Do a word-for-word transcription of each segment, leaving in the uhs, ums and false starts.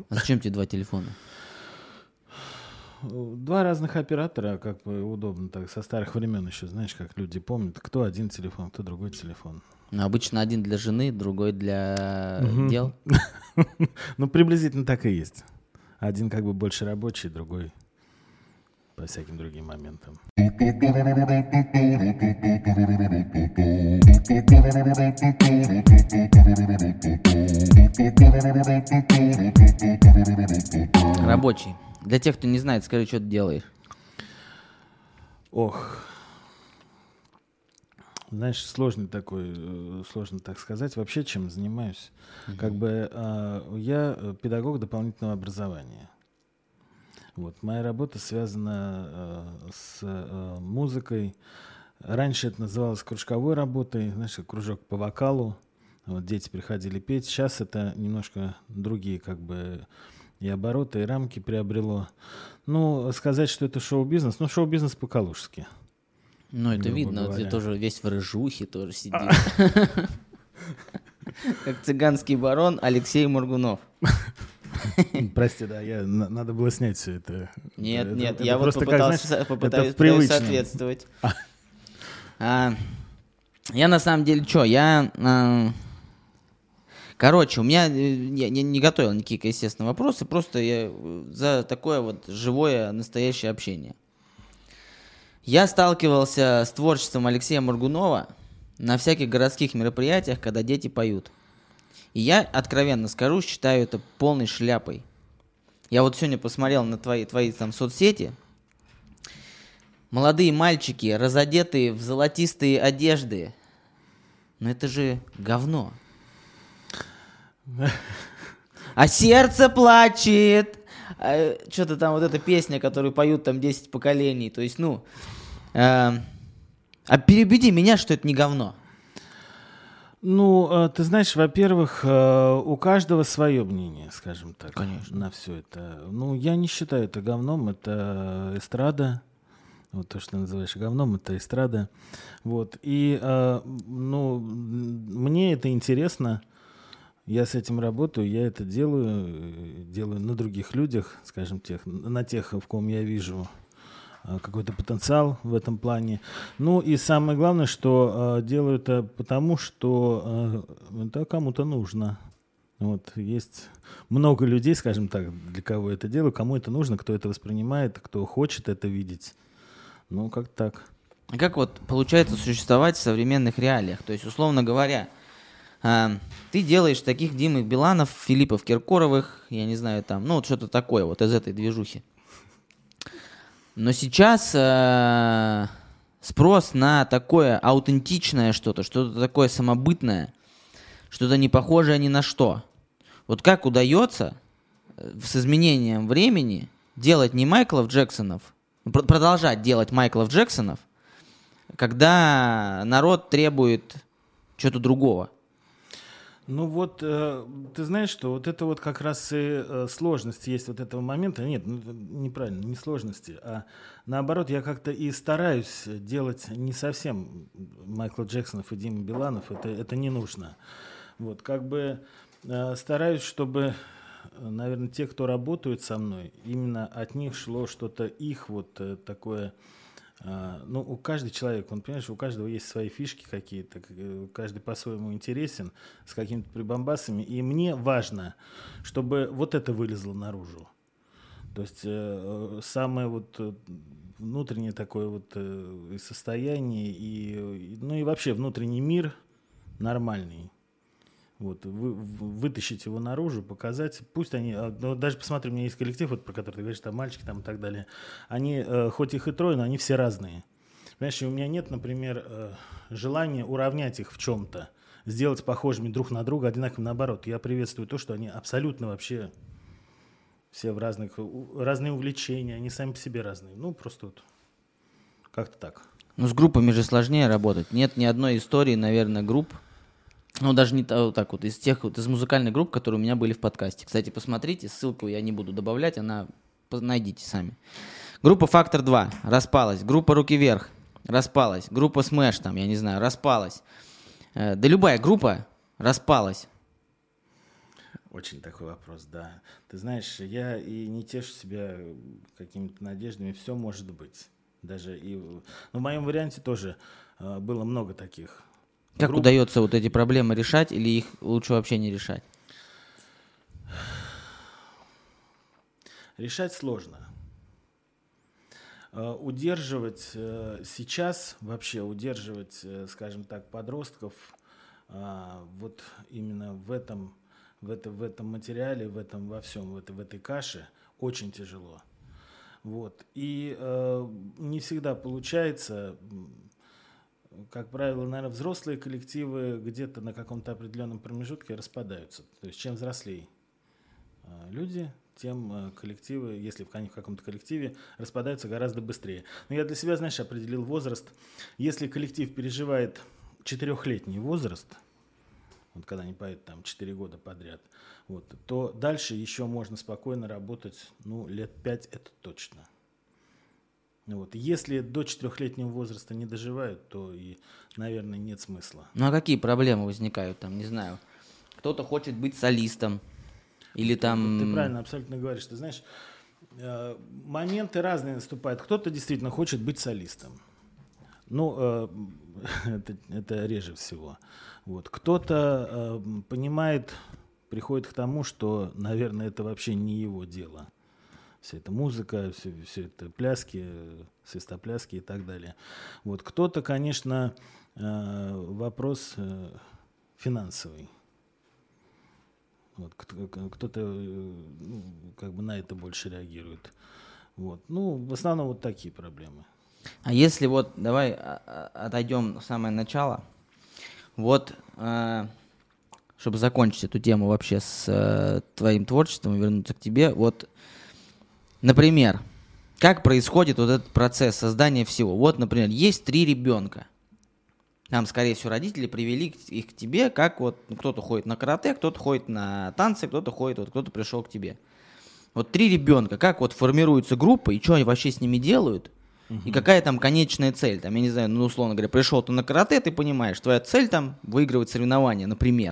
А зачем тебе два телефона? Два разных оператора, как бы удобно так, со старых времен еще, знаешь, как люди помнят, кто один телефон, кто другой телефон. Ну, обычно один для жены, другой для Мгм. дел. Ну, приблизительно так и есть. Один как бы больше рабочий, другой по всяким другим моментам. Рабочий. Для тех, кто не знает, скажи, что ты делаешь. Ох, знаешь, сложный такой, э, сложно так сказать. Вообще, чем занимаюсь? Как бы э, я педагог дополнительного образования. Вот, моя работа связана э, с э, музыкой. Раньше это называлось кружковой работой, знаешь, как кружок по вокалу. Вот, дети приходили петь. Сейчас это немножко другие как бы и обороты, и рамки приобрело. Ну, сказать, что это шоу-бизнес, ну, шоу-бизнес по-калужски. Ну, это грубо видно, ты говоря. тоже весь в рыжухе тоже сидишь. Как цыганский барон Алексей Моргунов. Прости, да, я, на- надо было снять все это. Нет, Это- нет, это я вот просто как, попытался, знаешь, со- попытаюсь, это в пытаюсь привычном. соответствовать. А, я на самом деле что, я... а, короче, у меня... э, Я не, не готовил никакие, естественно, вопросы, просто я э, за такое вот живое, настоящее общение. Я сталкивался с творчеством Алексея Моргунова на всяких городских мероприятиях, когда дети поют. И я, откровенно скажу, считаю это полной шляпой. Я вот сегодня посмотрел на твои, твои там соцсети. Молодые мальчики, разодетые в золотистые одежды. Ну это же говно. А сердце плачет. А, что-то там вот эта песня, которую поют там десять поколений. То есть, ну... э, а переубеди меня, что это не говно. Ну, э, ты знаешь, во-первых, э, у каждого свое мнение, скажем так, Конечно. на все это. Ну, я не считаю это говном, это эстрада. Вот то, что ты называешь говном, это эстрада. Вот. И, э, ну, мне это интересно. Я с этим работаю, я это делаю, э, делаю на других людях, скажем, тех, на тех, в ком я вижу э, какой-то потенциал в этом плане. Ну и самое главное, что э, делаю это потому, что э, это кому-то нужно. Вот, есть много людей, скажем так, для кого это делаю, кому это нужно, кто это воспринимает, кто хочет это видеть. Ну, как так. А как вот получается существовать в современных реалиях? То есть, условно говоря, а, ты делаешь таких Димы Биланов, Филиппов, Киркоровых, я не знаю, там, ну, вот что-то такое вот из этой движухи. Но сейчас а, спрос на такое аутентичное что-то, что-то такое самобытное, что-то не похожее ни на что. Вот как удается с изменением времени делать не Майклов Джексонов, пр- продолжать делать Майклов Джексонов, когда народ требует чего-то другого? Ну вот, э, ты знаешь, что вот это вот как раз и э, сложность есть вот этого момента. Нет, ну, это неправильно, не сложности, а наоборот, я как-то и стараюсь делать не совсем Майкла Джексонов и Димы Биланов, это, это не нужно. Вот, как бы э, стараюсь, чтобы, э, наверное, те, кто работают со мной, именно от них шло что-то их вот э, такое. А, ну, у каждого человека, он, понимаешь, у каждого есть свои фишки какие-то, к- э, каждый по-своему интересен, с какими-то прибамбасами, и мне важно, чтобы вот это вылезло наружу. То есть э, самое вот э, внутреннее такое вот э, и состояние, и, и, ну и вообще внутренний мир нормальный. Вот, вы, в- вытащить его наружу, показать. Пусть они, а, ну, даже посмотри, у меня есть коллектив, вот, про который ты говоришь, там мальчики там, и так далее. Они, э, хоть их и трое, но они все разные. Понимаешь, и у меня нет, например, э, желания уравнять их в чем-то, сделать похожими друг на друга, одинаково наоборот. Я приветствую то, что они абсолютно вообще все в разных, у- разные увлечения, они сами по себе разные. Ну, просто вот как-то так. Ну, с группами же сложнее работать. Нет ни одной истории, наверное, групп, ну, даже не та- вот так вот, из тех, вот, из музыкальных групп, которые у меня были в подкасте. Кстати, посмотрите, ссылку я не буду добавлять, она, по- найдите сами. Группа «Фактор два» распалась, группа «Руки вверх» распалась, группа «Смэш», там, я не знаю, распалась. Э, да любая группа распалась. Очень такой вопрос, да. Ты знаешь, я и не тешу себя какими-то надеждами, все может быть. Даже и в ну, в моем варианте тоже э, было много таких Как групп. удается вот эти проблемы решать или их лучше вообще не решать? Решать сложно. Э, Удерживать э, сейчас, вообще удерживать, э, скажем так, подростков а, вот именно в этом, в, это, в этом материале, в этом во всем, в этой, в этой каше очень тяжело. Вот. И э, не всегда получается. М, Как правило, наверное, взрослые коллективы где-то на каком-то определенном промежутке распадаются. То есть чем взрослее э, люди, тем э, коллективы, если в кон- в каком-то коллективе, распадаются гораздо быстрее. Но я для себя, знаешь, определил возраст. Если коллектив переживает четырехлетний возраст, вот когда они поют там четыре года подряд, вот, то дальше еще можно спокойно работать, ну, лет пять это точно. Вот. Если до четырехлетнего возраста не доживают, то и, наверное, нет смысла. Ну а какие проблемы возникают там, не знаю. Кто-то хочет быть солистом или Ты, там... ты правильно абсолютно говоришь. Ты знаешь, э, моменты разные наступают. Кто-то действительно хочет быть солистом. Ну, э, это, это реже всего. Вот. Кто-то э, понимает, приходит к тому, что, наверное, это вообще не его дело. Вся эта музыка, все, все это пляски, э, свистопляски и так далее. Вот. Кто-то, конечно, э, вопрос э, финансовый. Вот. Кто- Кто-то э, ну, как бы на это больше реагирует. Вот. Ну, в основном вот такие проблемы. А если вот, давай а, а, отойдем в самое начало. Вот, э, чтобы закончить эту тему вообще с э, твоим творчеством и вернуться к тебе. Вот, например, как происходит вот этот процесс создания всего? Вот, например, есть три ребенка. Там, скорее всего, родители привели к- их к тебе, как вот ну, кто-то ходит на карате, кто-то ходит на танцы, кто-то ходит, вот кто-то пришел к тебе. Вот три ребенка, как вот формируется группа, и что они вообще с ними делают, и какая там конечная цель. Там, я не знаю, ну, условно говоря, пришел ты на карате, ты понимаешь, твоя цель там выигрывать соревнования, например.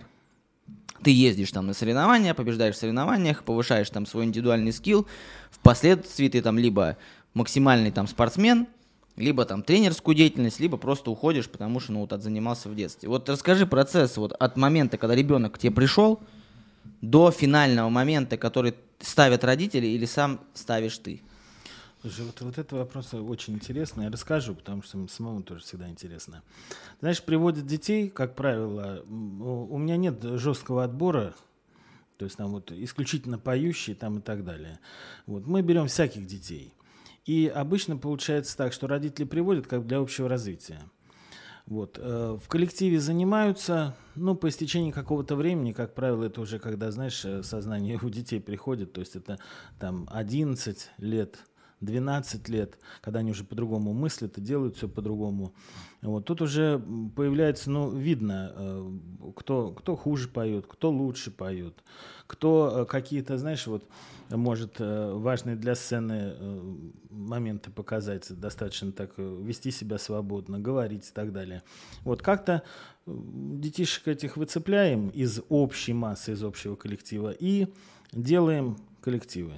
Ты ездишь там на соревнования, побеждаешь в соревнованиях, повышаешь там свой индивидуальный скилл, впоследствии ты там либо максимальный там спортсмен, либо там тренерскую деятельность, либо просто уходишь, потому что ну вот отзанимался в детстве. Вот расскажи процесс вот от момента, когда ребенок к тебе пришел, до финального момента, который ставят родители или сам ставишь ты. Слушай, вот, вот это вопрос очень интересный. Я расскажу, потому что мне самому тоже всегда интересно. Знаешь, приводят детей, как правило, м, у у меня нет жесткого отбора, то есть там вот исключительно поющие там и так далее. Вот, мы берем всяких детей. И обычно получается так, что родители приводят как для общего развития. Вот. э, В коллективе занимаются, ну, по истечении какого-то времени, как правило, это уже когда, знаешь, э, сознание у детей приходит, то есть это там одиннадцать лет, двенадцать лет, когда они уже по-другому мыслят и делают все по-другому. Вот. Тут уже м, появляется, ну, видно, э, кто, кто хуже поет, кто лучше поет, кто э, какие-то, знаешь, вот может э, важные для сцены э, моменты показать, достаточно так э, вести себя свободно, говорить и так далее. Вот как-то э, детишек этих выцепляем из общей массы, из общего коллектива и делаем коллективы.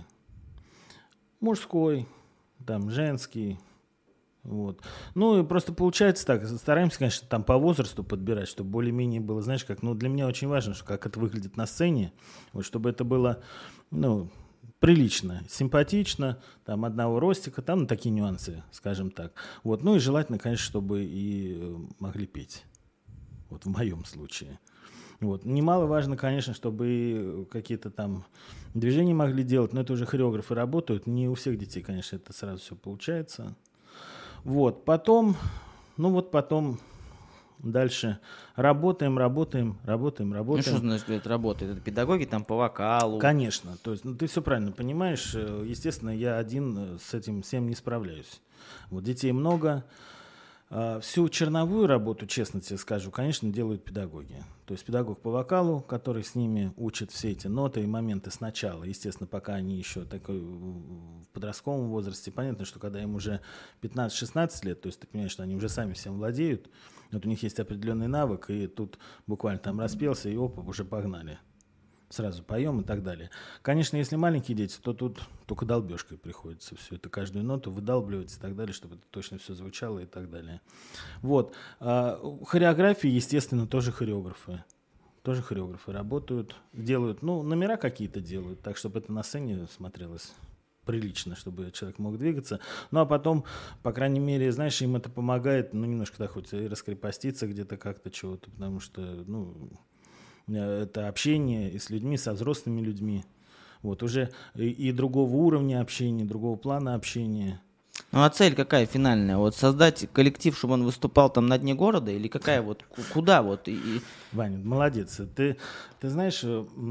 Мужской, там, женский. Вот. Ну и просто получается так, стараемся, конечно, там по возрасту подбирать, чтобы более-менее было, знаешь, как, ну для меня очень важно, что как это выглядит на сцене, вот, чтобы это было, ну, прилично, симпатично, там одного ростика, там ну, такие нюансы, скажем так. Вот. Ну и желательно, конечно, чтобы и э, могли петь, вот в моем случае. Вот. Немаловажно, конечно, чтобы и какие-то там движения могли делать, но это уже хореографы работают, не у всех детей, конечно, это сразу все получается. Вот, потом, ну вот потом дальше работаем, работаем, работаем, Ну работаем. что значит, это работает? Это педагоги там по вокалу. Конечно, то есть, ну, ты все правильно понимаешь. э, Естественно, я один э, с этим всем не справляюсь. Вот детей много. А, Всю черновую работу, честно тебе скажу, конечно, делают педагоги. То есть педагог по вокалу, который с ними учит все эти ноты и моменты сначала. Естественно, пока они еще такой в подростковом возрасте. Понятно, что когда им уже пятнадцать-шестнадцать лет, то есть ты понимаешь, что они уже сами всем владеют, вот у них есть определенный навык, и тут буквально там распелся, и опа, уже погнали. сразу поем и так далее. Конечно, если маленькие дети, то тут только долбежкой приходится все это, каждую ноту выдалбливать и так далее, чтобы это точно все звучало и так далее. Вот. А хореографии, естественно, тоже хореографы. Тоже хореографы работают, делают, ну, номера какие-то делают, так, чтобы это на сцене смотрелось прилично, чтобы человек мог двигаться. Ну, а потом, по крайней мере, знаешь, им это помогает, ну, немножко, да, хоть и раскрепоститься где-то как-то чего-то, потому что, ну, это общение и с людьми, со взрослыми людьми. Вот, уже и, и другого уровня общения, другого плана общения. Ну а цель какая финальная? Вот создать коллектив, чтобы он выступал там на дне города? Или какая вот, куда вот? И... Ваня, молодец. Ты, ты знаешь,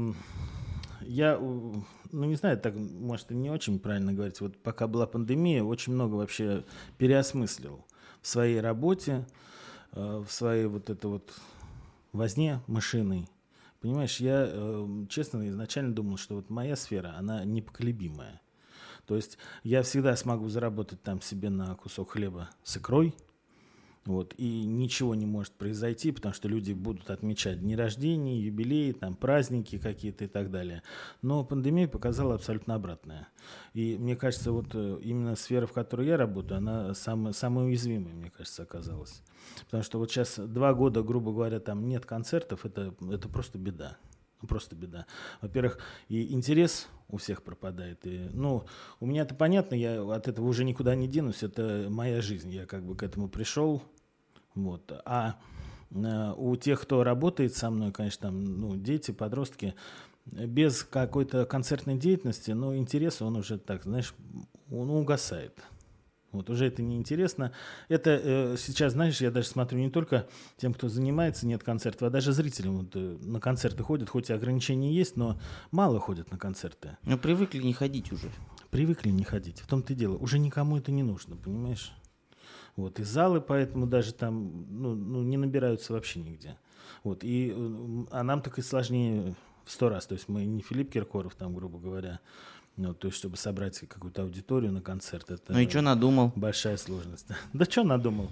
я, ну не знаю, так, может, и не очень правильно говорить. Вот пока была пандемия, очень много вообще переосмыслил в своей работе, в своей вот этой вот возне мышиной. Понимаешь, я, честно, изначально думал, что вот моя сфера, она непоколебимая. То есть я всегда смогу заработать там себе на кусок хлеба с икрой, вот, и ничего не может произойти, потому что люди будут отмечать дни рождения, юбилеи, там, праздники какие-то и так далее. Но пандемия показала абсолютно обратное. И мне кажется, вот именно сфера, в которой я работаю, она самая, самая уязвимая, мне кажется, оказалась. Потому что вот сейчас два года, грубо говоря, там нет концертов, это, это просто беда. Просто беда. Во-первых, и интерес у всех пропадает. И, ну, у меня это понятно, я от этого уже никуда не денусь, это моя жизнь, я как бы к этому пришел. Вот. А э, у тех, кто работает со мной, конечно, там, ну, дети, подростки, без какой-то концертной деятельности, ну, интерес, он уже так, знаешь, он угасает. Вот, уже это неинтересно. Это э, сейчас, знаешь, я даже смотрю не только тем, кто занимается, нет концертов, а даже зрителям вот, э, на концерты ходят, хоть и ограничения есть, но мало ходят на концерты. Ну, привыкли не ходить уже. Привыкли не ходить, в том-то и дело. Уже никому это не нужно, понимаешь? Вот, и залы поэтому даже там ну, ну, не набираются вообще нигде. Вот, и, а нам так и сложнее в сто раз. То есть мы не Филипп Киркоров, там, грубо говоря, ну, то есть, чтобы собрать какую-то аудиторию на концерт, это ну и что надумал? Большая сложность. Да что надумал?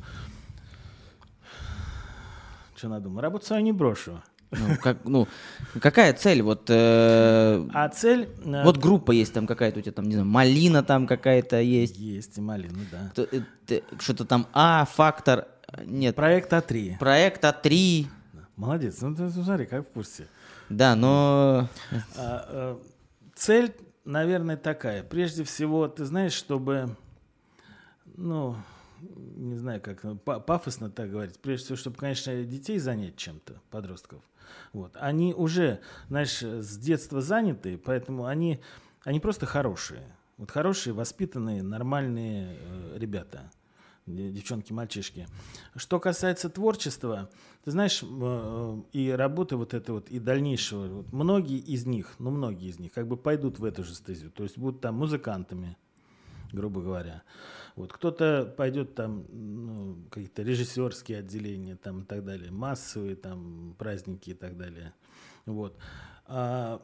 Что надумал? Работу свою не брошу. Ну, как, ну, какая цель? Вот, э, а цель... Вот группа есть там какая-то у тебя, там, не знаю, Малина там какая-то есть. Есть и Малина, да. Что-то там А, Фактор, нет. Проект А три. Проект А три. Молодец, ну ты смотри, как в курсе. Да, но... А, а, цель... Наверное, такая. Прежде всего, ты знаешь, чтобы, ну, не знаю, как пафосно так говорить, прежде всего, чтобы, конечно, детей занять чем-то, подростков. Вот. Они уже, знаешь, с детства заняты, поэтому они, они просто хорошие. Вот хорошие, воспитанные, нормальные э, ребята. Девчонки, мальчишки. Что касается творчества, ты знаешь, и работы вот этой вот, и дальнейшего, вот многие из них, ну многие из них, как бы пойдут в эту же стезю, то есть будут там музыкантами, грубо говоря. Вот кто-то пойдет там, ну, какие-то режиссерские отделения там и так далее, массовые там праздники и так далее. Вот. А,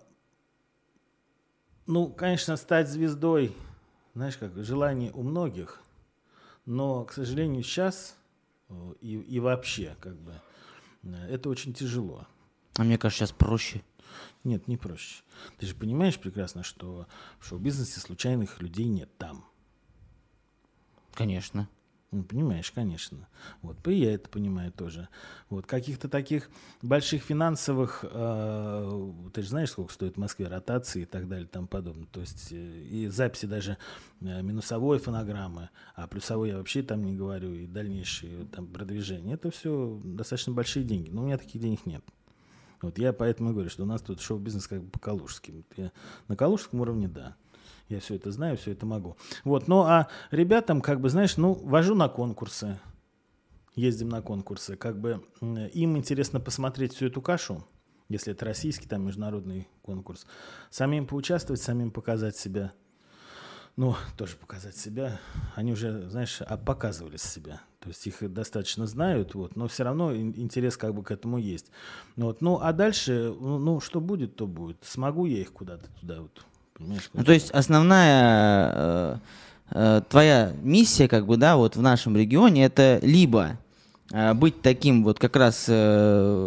ну, конечно, стать звездой, знаешь, как желание у многих. Но, к сожалению, сейчас и, и вообще, как бы, это очень тяжело. А мне кажется, сейчас проще. Нет, не проще. Ты же понимаешь прекрасно, что в шоу-бизнесе случайных людей нет там. Конечно. Ну, понимаешь, конечно. Вот, и я это понимаю тоже. Вот, каких-то таких больших финансовых, э, ты же знаешь, сколько стоит в Москве ротации и так далее и тому подобное. То есть э, и записи даже э, минусовой фонограммы, а плюсовой я вообще там не говорю, и дальнейшие там продвижения. Это все достаточно большие деньги. Но у меня таких денег нет. Вот я поэтому и говорю, что у нас тут шоу-бизнес как бы по-калужски. Вот я на калужском уровне, да. Я все это знаю, все это могу. Вот, ну, а ребятам, как бы, знаешь, ну, вожу на конкурсы. Ездим на конкурсы. Как бы им интересно посмотреть всю эту кашу, если это российский, там, международный конкурс. Самим поучаствовать, самим показать себя. Ну, тоже показать себя. Они уже, знаешь, показывали себя. То есть их достаточно знают, вот, но все равно интерес как бы к этому есть. Вот, ну, а дальше, ну, ну, что будет, то будет. Смогу я их куда-то туда вот. Ну, то есть основная э, э, твоя миссия, как бы, да, вот в нашем регионе, это либо э, быть таким вот как раз э,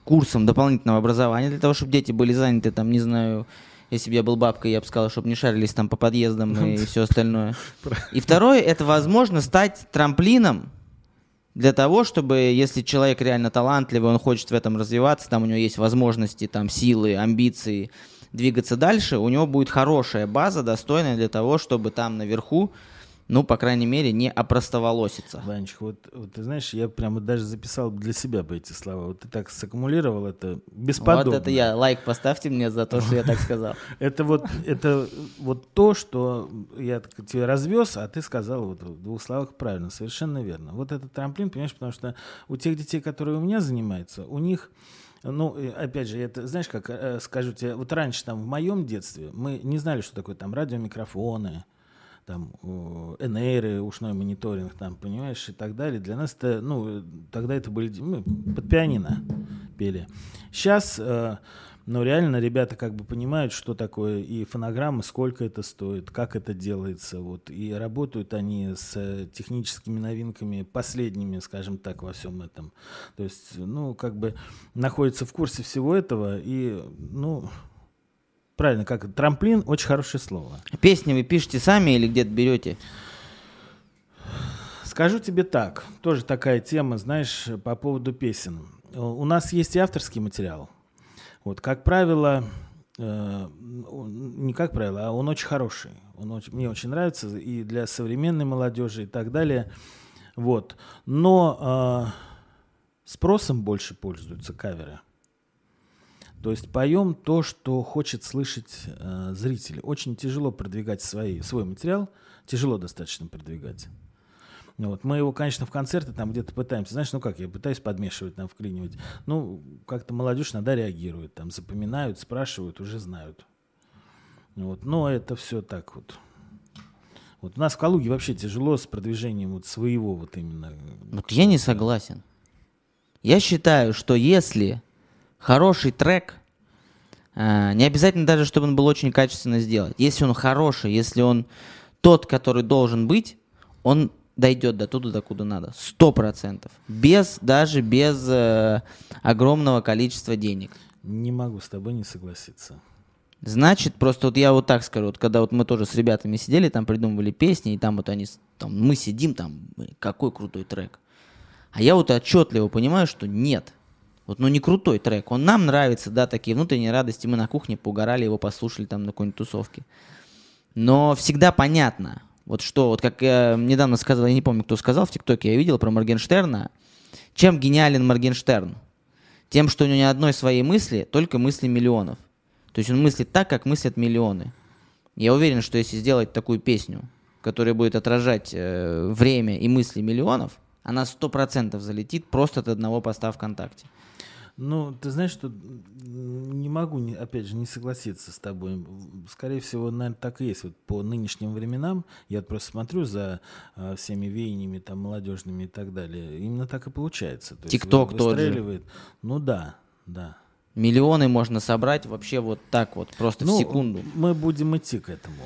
курсом дополнительного образования для того, чтобы дети были заняты, там, не знаю, если бы я был бабкой, я бы сказал, чтобы не шарились там по подъездам и все остальное. И второе, это возможно стать трамплином для того, чтобы, если человек реально талантливый, он хочет в этом развиваться, там у него есть возможности, там, силы, амбиции двигаться дальше, у него будет хорошая база, достойная для того, чтобы там наверху, ну, по крайней мере, не опростоволоситься. Ванечка, вот, вот ты знаешь, я прямо даже записал для себя бы эти слова. Вот ты так саккумулировал, это бесподобно. Вот это я. Лайк поставьте мне за то, что я так сказал. Это вот, это вот то, что я тебе развез, а ты сказал вот в двух словах правильно, совершенно верно. Вот этот трамплин, понимаешь, потому что у тех детей, которые у меня занимаются, у них, ну, опять же, это, знаешь, как э, скажу тебе, вот раньше там в моем детстве мы не знали, что такое там радиомикрофоны, там, эн эр, ушной мониторинг, там, понимаешь, и так далее. Для нас это, ну, тогда это были, мы под пианино пели. Сейчас, э, ну, реально ребята как бы понимают, что такое и фонограмма, сколько это стоит, как это делается, вот, и работают они с техническими новинками последними, скажем так, во всем этом. То есть, ну, как бы находятся в курсе всего этого и, ну... Правильно, как трамплин, очень хорошее слово. Песни вы пишете сами или где-то берете? Скажу тебе так, тоже такая тема, знаешь, по поводу песен. У нас есть и авторский материал. Вот, как правило, э, не как правило, а он очень хороший. Он очень, мне очень нравится и для современной молодежи и так далее. Вот. Но э, спросом больше пользуются каверы. То есть поем то, что хочет слышать э, зритель. Очень тяжело продвигать свои, свой материал, тяжело достаточно продвигать. Вот. Мы его, конечно, в концерты там где-то пытаемся, знаешь, ну как, я пытаюсь подмешивать, там, вклинивать. Ну, как-то молодежь иногда реагирует, там, запоминают, спрашивают, уже знают. Вот. Но это все так вот. Вот у нас в Калуге вообще тяжело с продвижением вот своего вот именно. Вот я не согласен. Я считаю, что если... Хороший трек, э, не обязательно даже, чтобы он был очень качественно сделан. Если он хороший, если он тот, который должен быть, он дойдет до туда, докуда надо. Сто процентов. Без, даже без э, огромного количества денег. Не могу с тобой не согласиться. Значит, просто вот я вот так скажу, вот когда вот мы тоже с ребятами сидели, там придумывали песни, и там вот они, там, мы сидим, там, какой крутой трек. А я вот отчетливо понимаю, что нет. Вот, ну, не крутой трек. Он нам нравится, да, такие внутренние радости. Мы на кухне поугорали, его послушали там на какой-нибудь тусовке. Но всегда понятно, вот что, вот как я недавно сказал, я не помню, кто сказал в ТикТоке, я видел про Моргенштерна. Чем гениален Моргенштерн? Тем, что у него ни одной своей мысли, только мысли миллионов. То есть он мыслит так, как мыслят миллионы. Я уверен, что если сделать такую песню, которая будет отражать э, время и мысли миллионов, она сто процентов залетит просто от одного поста ВКонтакте. Ну, ты знаешь, что не могу, не, опять же, не согласиться с тобой. Скорее всего, наверное, так и есть. Вот по нынешним временам, я просто смотрю за а, всеми веяниями там, молодежными и так далее. Именно так и получается. ТикТок тоже. Ну да, да. Миллионы можно собрать вообще вот так вот, просто ну, в секунду. Мы будем идти к этому.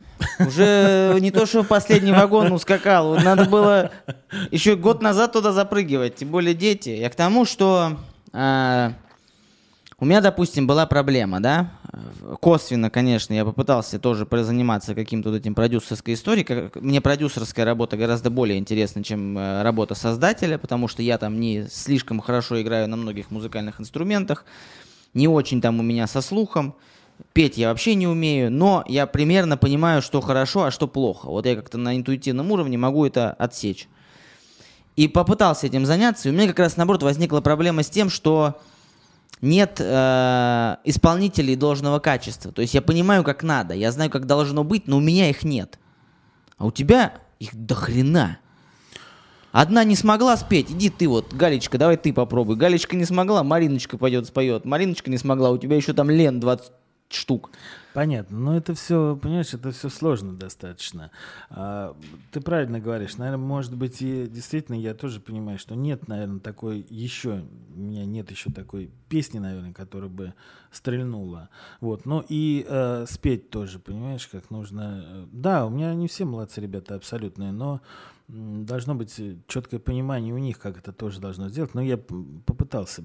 Уже не то, что в последний вагон ускакал. Надо было еще год назад туда запрыгивать. Тем более дети. Я к тому, что... Uh, у меня, допустим, была проблема, да, косвенно, конечно, я попытался тоже заниматься каким-то вот этим продюсерской историей. Мне продюсерская работа гораздо более интересна, чем работа создателя, потому что я там не слишком хорошо играю на многих музыкальных инструментах, не очень там у меня со слухом, петь я вообще не умею, но я примерно понимаю, что хорошо, а что плохо. Вот я как-то на интуитивном уровне могу это отсечь. И попытался этим заняться, и у меня как раз, наоборот, возникла проблема с тем, что нет э, исполнителей должного качества. То есть я понимаю, как надо, я знаю, как должно быть, но у меня их нет. А у тебя их до хрена. Одна не смогла спеть, иди ты вот, Галечка, давай ты попробуй. Галечка не смогла, Мариночка пойдет споет. Мариночка не смогла, у тебя еще там Лен двадцать штук. Понятно, но это все, понимаешь, это все сложно достаточно. А, ты правильно говоришь, наверное, может быть, и действительно я тоже понимаю, что нет, наверное, такой еще, у меня нет еще такой песни, наверное, которая бы стрельнула. Вот, но и э, спеть тоже, понимаешь, как нужно. Да, у меня не все молодцы ребята абсолютные, но должно быть четкое понимание у них, как это тоже должно сделать. Но я попытался бы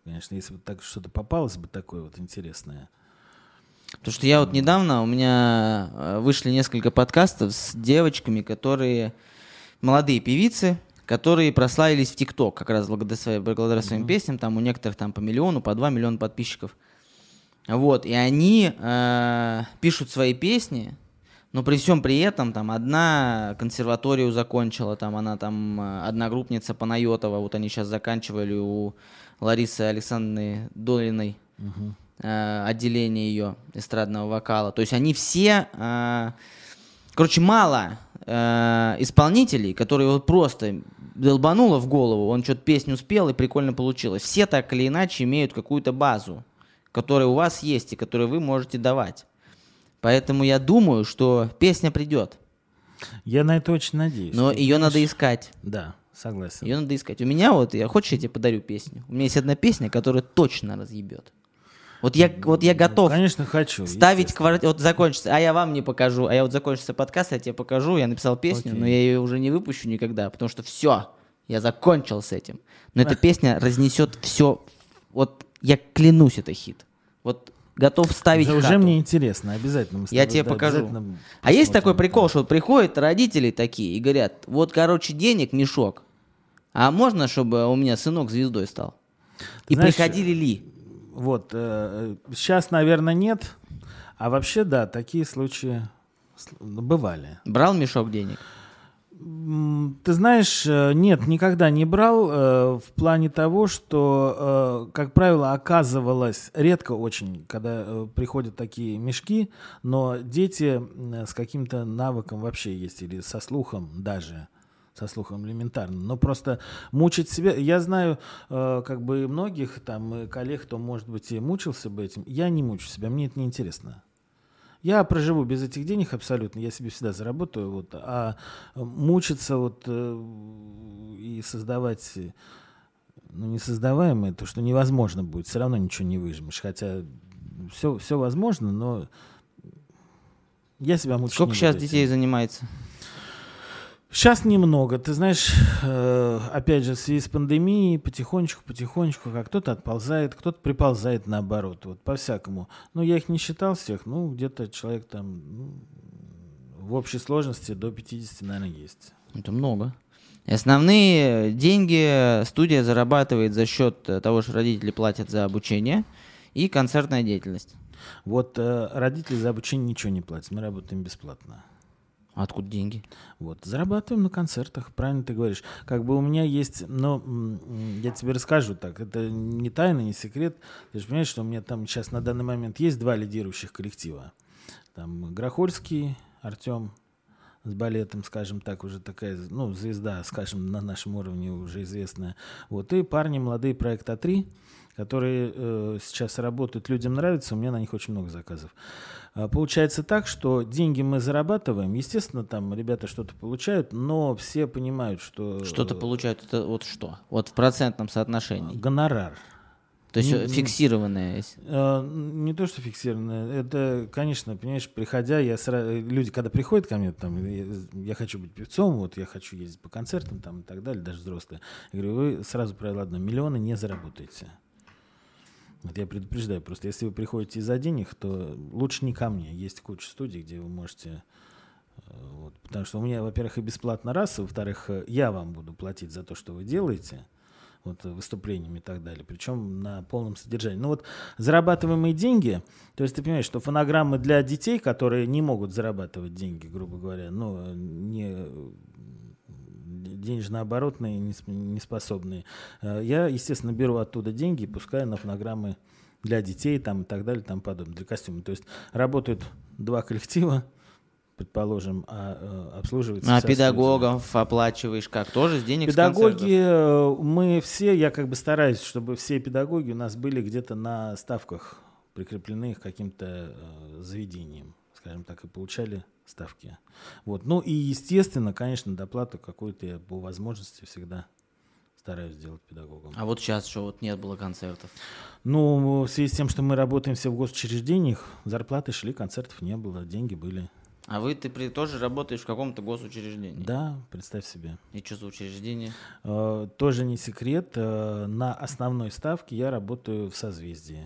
Конечно, если бы так что-то попалось бы такое вот интересное. Потому что я вот недавно, у меня вышли несколько подкастов с девочками, которые молодые певицы, которые прославились в ТикТок, как раз благодаря своим, благодаря своим mm-hmm. песням, там у некоторых там по миллиону, по два миллиона подписчиков. Вот, и они э, пишут свои песни, но при всем при этом там одна консерваторию закончила, там она там одногруппница Панайотова, вот они сейчас заканчивали у Ларисы Александровны Долиной uh-huh. э, отделение ее эстрадного вокала. То есть они все, э, короче, мало э, исполнителей, которые вот просто долбануло в голову, он что-то песню спел и прикольно получилось. Все так или иначе имеют какую-то базу, которая у вас есть и которую вы можете давать. Поэтому я думаю, что песня придет. Я на это очень надеюсь. Но Ты ее понимаешь? надо искать. Да, согласен. Ее надо искать. У меня вот, я хочешь, я тебе подарю песню? У меня есть одна песня, которая точно разъебет. Вот я, вот я готов. Ну, конечно, хочу. Ставить квартиру. Вот закончится. А я вам не покажу. А я вот закончится подкаст, я тебе покажу. Я написал песню, Окей. но я ее уже не выпущу никогда, потому что все, я закончил с этим. Но эта песня разнесет все. Вот я клянусь, это хит. Вот готов ставить уже, хату. Уже мне интересно, обязательно. Мы с я тобой, тебе да, покажу. А есть такой прикол, что вот приходят родители такие и говорят, вот, короче, денег мешок, а можно, чтобы у меня сынок звездой стал? И Знаешь, приходили ли? Вот, э, сейчас, наверное, нет, а вообще, да, такие случаи бывали. Брал мешок денег? Ты знаешь, нет, никогда не брал э, в плане того, что, э, как правило, оказывалось редко очень, когда э, приходят такие мешки, но дети э, с каким-то навыком вообще есть, или со слухом даже, со слухом элементарно, но просто мучить себя, я знаю, э, как бы многих там коллег, кто, может быть, и мучился бы этим, я не мучу себя, мне это неинтересно. Я проживу без этих денег абсолютно, я себе всегда заработаю, вот, а мучиться вот, э, и создавать, ну, несоздаваемое, то, что невозможно будет, все равно ничего не выжмешь, хотя все, все возможно, но я себя мучить Сколько не сейчас буду детей этим. занимается? Сейчас немного. Ты знаешь, э, опять же, в связи с пандемией потихонечку, потихонечку, как кто-то отползает, кто-то приползает наоборот. Вот по-всякому. Ну, я их не считал всех. Ну, где-то человек там ну, в общей сложности до пятидесяти, наверное, есть. Это много. Основные деньги студия зарабатывает за счет того, что родители платят за обучение и концертная деятельность. Вот э, родители за обучение ничего не платят. Мы работаем бесплатно. Откуда деньги? Вот, зарабатываем на концертах, правильно ты говоришь. Как бы у меня есть, но я тебе расскажу так, это не тайна, не секрет. Ты же понимаешь, что у меня там сейчас на данный момент есть два лидирующих коллектива. Там Грохольский Артем с балетом, скажем так, уже такая, ну, звезда, скажем, на нашем уровне уже известная. Вот, и парни молодые проект А три, которые э, сейчас работают, людям нравится, у меня на них очень много заказов. А, получается так, что деньги мы зарабатываем, естественно, там ребята что-то получают, но все понимают, что... Что-то получают, это вот что? Вот в процентном соотношении? Гонорар. То есть не, фиксированное? Не, э, не то, что фиксированное, это, конечно, понимаешь, приходя, я сразу, люди, когда приходят ко мне, там, я, я хочу быть певцом, вот, я хочу ездить по концертам там, и так далее, даже взрослые, я говорю, вы сразу правило одно, миллионы не заработаете. Вот я предупреждаю, просто если вы приходите из-за денег, то лучше не ко мне. Есть куча студий, где вы можете... Вот, потому что у меня, во-первых, и бесплатно раз, а во-вторых, я вам буду платить за то, что вы делаете, вот, выступлениями и так далее, причем на полном содержании. Ну вот зарабатываемые деньги, то есть ты понимаешь, что фонограммы для детей, которые не могут зарабатывать деньги, грубо говоря, ну, не... денежно-оборотные, неспособные. Я, естественно, беру оттуда деньги и пускаю на фонограммы для детей там, и так далее, там подобное, для костюмов. То есть работают два коллектива, предположим, а обслуживается. А педагогов студия. Оплачиваешь как? Тоже с денег Педагоги, с концертов? Мы все, я как бы стараюсь, чтобы все педагоги у нас были где-то на ставках, прикреплены к каким-то заведениям, скажем так, и получали ставки. Вот. Ну и, естественно, конечно, доплату какую-то я по возможности всегда стараюсь сделать педагогам. А вот сейчас что, вот нет было концертов? Ну, в связи с тем, что мы работаем все в госучреждениях, зарплаты шли, концертов не было, деньги были. А вы, ты при, тоже работаешь в каком-то госучреждении? Да, представь себе. И что за учреждение? Э, тоже не секрет. Э, на основной ставке я работаю в созвездии.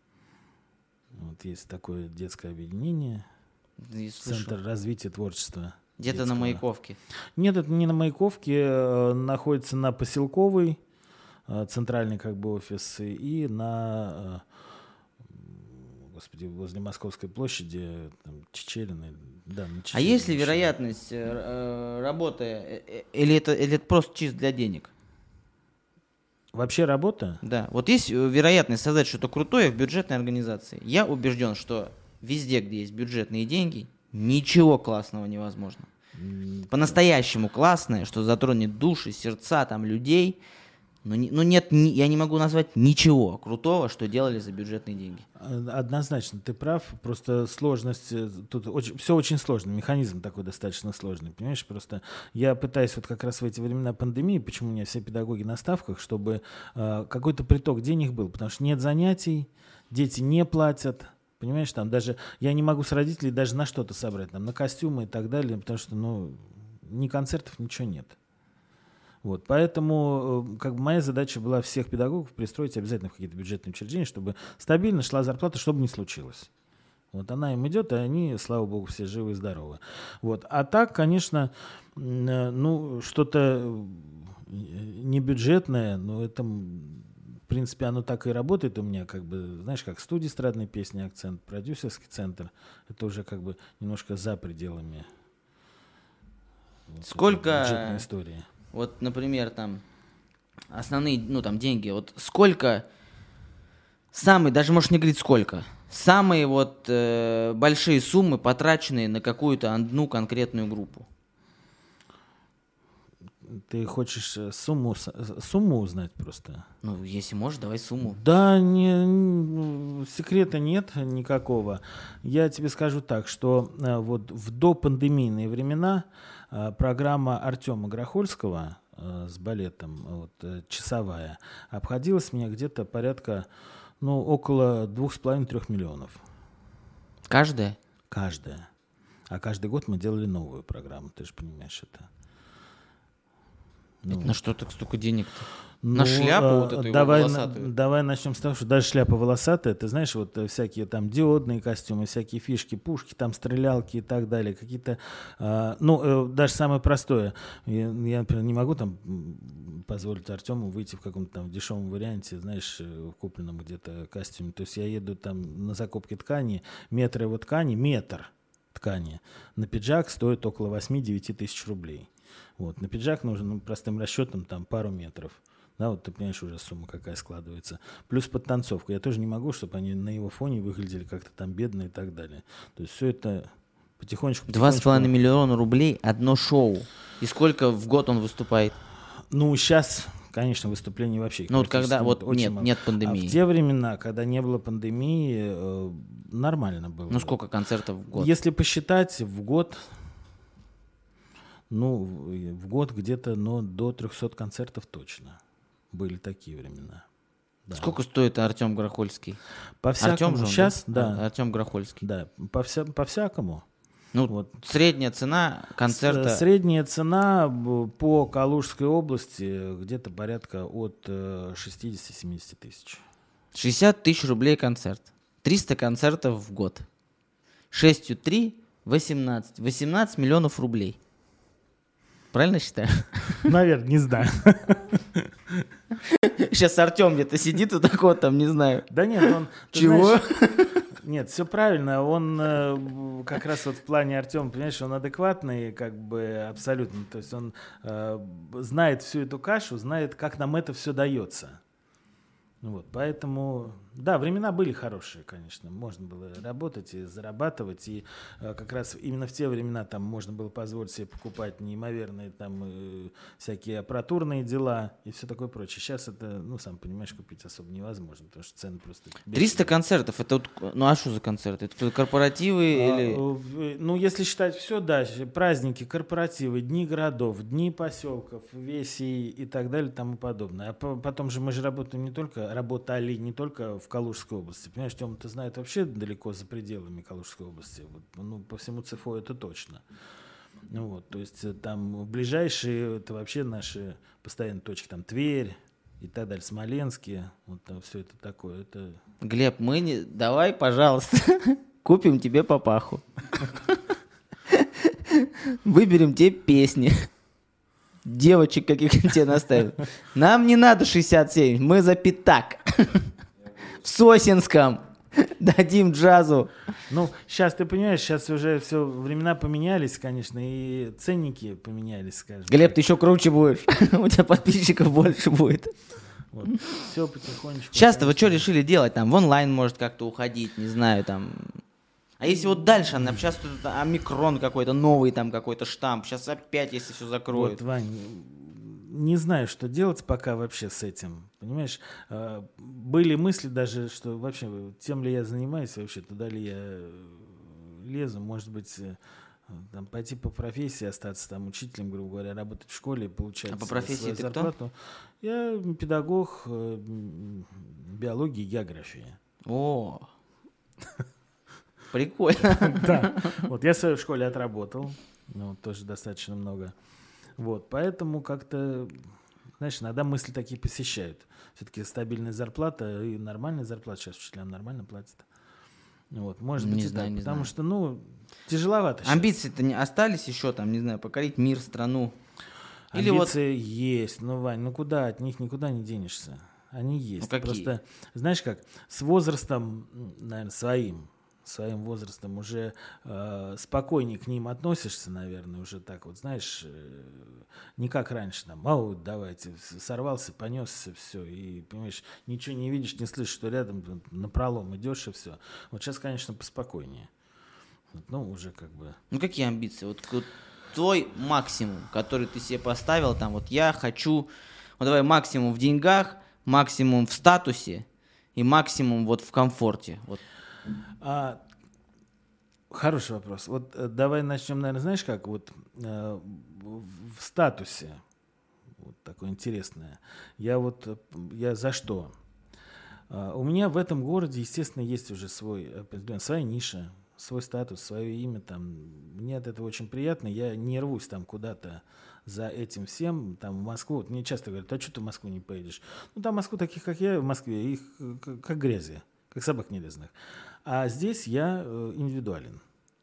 Вот есть такое детское объединение. Не слышал. Центр развития творчества. Где-то детского. на Маяковке. Нет, это не на Маяковке. э, Находится на Поселковой, э, центральный как бы офис, и на... э, Господи, возле Московской площади, там, Чечерина. Да, на А Чечерина есть ли еще. вероятность э, э, работы, э, э, или это, или это просто чисто для денег? Вообще работа? Да. Вот есть э, вероятность создать что-то крутое в бюджетной организации. Я убежден, что везде, где есть бюджетные деньги, ничего классного невозможно. По-настоящему классное, что затронет души, сердца там людей. Но, не, но нет, ни, я не могу назвать ничего крутого, что делали за бюджетные деньги. Однозначно, ты прав. Просто сложность, э, тут очень, все очень сложно. Механизм такой достаточно сложный. Понимаешь, просто я пытаюсь вот как раз в эти времена пандемии, почему у меня все педагоги на ставках, чтобы э, какой-то приток денег был. Потому что нет занятий, дети не платят. Понимаешь, там даже я не могу с родителей даже на что-то собрать, там, на костюмы и так далее, потому что, ну, ни концертов, ничего нет. Вот, поэтому э, как бы моя задача была всех педагогов пристроить обязательно в какие-то бюджетные учреждения, чтобы стабильно шла зарплата, чтобы не случилось. Вот она им идет, и они, слава богу, все живы и здоровы. Вот. А так, конечно, э, ну, что-то небюджетное, но это, в принципе, оно так и работает у меня, как бы, знаешь, как студия эстрадной песни «Акцент», продюсерский центр, это уже как бы немножко за пределами вот, Сколько... бюджетной истории. Вот, например, там основные, ну, там, деньги. Вот сколько, самые, даже можешь не говорить сколько, самые вот э, большие суммы, потраченные на какую-то одну конкретную группу? Ты хочешь сумму, сумму узнать просто? Ну, если можешь, давай сумму. Да, не, не, секрета нет никакого. Я тебе скажу так, что э, вот в допандемийные времена э, программа Артема Грохольского э, с балетом, вот, э, часовая, обходилась мне где-то порядка, ну, около двух с половиной трех миллионов. Каждая? Каждая. А каждый год мы делали новую программу, ты же понимаешь это. Ну, на что так столько денег-то? Ну, на шляпу э, вот эту давай, волосатую? На, давай начнем с того, что даже шляпа волосатая, ты знаешь, вот э, всякие там диодные костюмы, всякие фишки, пушки, там стрелялки и так далее, какие-то, э, ну, э, даже самое простое, я, я, например, не могу там позволить Артему выйти в каком-то там дешевом варианте, знаешь, э, купленном где-то костюме, то есть я еду там на закупке ткани, метр его ткани, метр ткани на пиджак стоит около восемь-девять тысяч рублей. Вот. На пиджак нужен, ну, простым расчетом там пару метров. Да, вот ты понимаешь, уже сумма какая складывается. Плюс подтанцовку. Я тоже не могу, чтобы они на его фоне выглядели как-то там бедно и так далее. То есть все это потихонечку... Два с половиной миллиона рублей одно шоу. И сколько в год он выступает? Ну, сейчас, конечно, выступлений вообще... Ну, вот когда вот очень нет, мало. нет пандемии. А в те времена, когда не было пандемии, э, нормально было. Ну, сколько концертов в год? Если посчитать, в год... Ну, в год где-то, но до трехсот концертов точно. Были такие времена. Да. Сколько стоит Артем Грохольский? По-всякому. Артем же он, Сейчас, да? да. Артем Грохольский. Да, по-вся, по-всякому. Ну, вот. Средняя цена концерта... С, средняя цена по Калужской области где-то порядка от шестьдесят-семьдесят тысяч. шестьдесят тысяч рублей концерт. триста концертов в год. шестью три — восемнадцать. восемнадцать миллионов рублей. Правильно считаю? Наверное, не знаю. Сейчас Артем где-то сидит вот так вот там, не знаю. Да нет, он... Чего? Знаешь, нет, все правильно. Он э, как раз вот в плане Артема, понимаешь, он адекватный, как бы абсолютно. То есть он э, знает всю эту кашу, знает, как нам это все дается. Вот, поэтому, да, времена были хорошие, конечно. Можно было работать и зарабатывать. И э, как раз именно в те времена там можно было позволить себе покупать неимоверные там э, всякие аппаратурные дела и все такое прочее. Сейчас это, ну, сам понимаешь, купить особо невозможно, потому что цены просто... триста концертов, это вот, ну а что за концерты? Это корпоративы а, или... Ну, если считать все, да, праздники, корпоративы, дни городов, дни поселков, веси и так далее и тому подобное. А потом же мы же работаем не только работали не только в Калужской области. Понимаешь, Тёма, ты знаешь, вообще далеко за пределами Калужской области. Вот, ну, по всему ЦИФО это точно. Ну, вот, то есть там ближайшие, это вообще наши постоянные точки, там Тверь и так далее, Смоленские, вот там все это такое. Это... Глеб, мы не... Давай, пожалуйста, купим тебе папаху. Выберем тебе песни. Девочек каких тебе наставим. Нам не надо шестьдесят семь, мы за пятак. В Сосенском. Дадим джазу. Ну, сейчас, ты понимаешь, сейчас уже все, времена поменялись, конечно, и ценники поменялись, скажем. Глеб, так. ты еще круче будешь. У тебя подписчиков больше будет. Вот. Все потихонечку. Сейчас-то вы что решили делать? Там в онлайн может как-то уходить, не знаю, там... А если вот дальше, сейчас тут омикрон какой-то, новый там какой-то штамп, сейчас опять, если все закроют. Вот, Вань, не знаю, что делать пока вообще с этим, понимаешь? Были мысли даже, что вообще, тем ли я занимаюсь вообще, туда ли я лезу, может быть, там, пойти по профессии, остаться там учителем, грубо говоря, работать в школе, получать а по профессии свою ты зарплату. Кто? Я педагог биологии и географии. О, прикольно. Да, вот я в своей школе отработал, ну, тоже достаточно много. Вот, поэтому как-то, знаешь, иногда мысли такие посещают. Все-таки стабильная зарплата и нормальная зарплата, сейчас учителям нормально платят. Вот, может быть, не и знаю, так, не потому знаю. что, ну, тяжеловато сейчас. Амбиции-то не остались еще там, не знаю, покорить мир, страну? Или Амбиции вот... есть, ну, Вань, ну куда, от них никуда не денешься. Они есть. Ну, какие? Просто, знаешь как, с возрастом, наверное, своим, своим возрастом уже э, спокойнее к ним относишься, наверное, уже так вот, знаешь, э, не как раньше, там, ау, давайте, сорвался, понесся, все, и, понимаешь, ничего не видишь, не слышишь, что рядом напролом идешь, и все. Вот сейчас, конечно, поспокойнее. Вот, ну, уже как бы... Ну, какие амбиции? Вот, вот твой максимум, который ты себе поставил, там, вот я хочу, вот давай максимум в деньгах, максимум в статусе и максимум вот в комфорте, вот. А, хороший вопрос. Вот э, давай начнем, наверное, знаешь как, вот э, в, в статусе, вот такое интересное. Я вот, э, я за что? А, у меня в этом городе, естественно, есть уже свой, своя ниша, свой статус, свое имя там. Мне от этого очень приятно. Я не рвусь там куда-то за этим всем, там в Москву. Вот мне часто говорят, а что ты в Москву не поедешь? Ну, там в Москву таких, как я, в Москве, их как грязи, как собак нелезных. А здесь я э, индивидуален.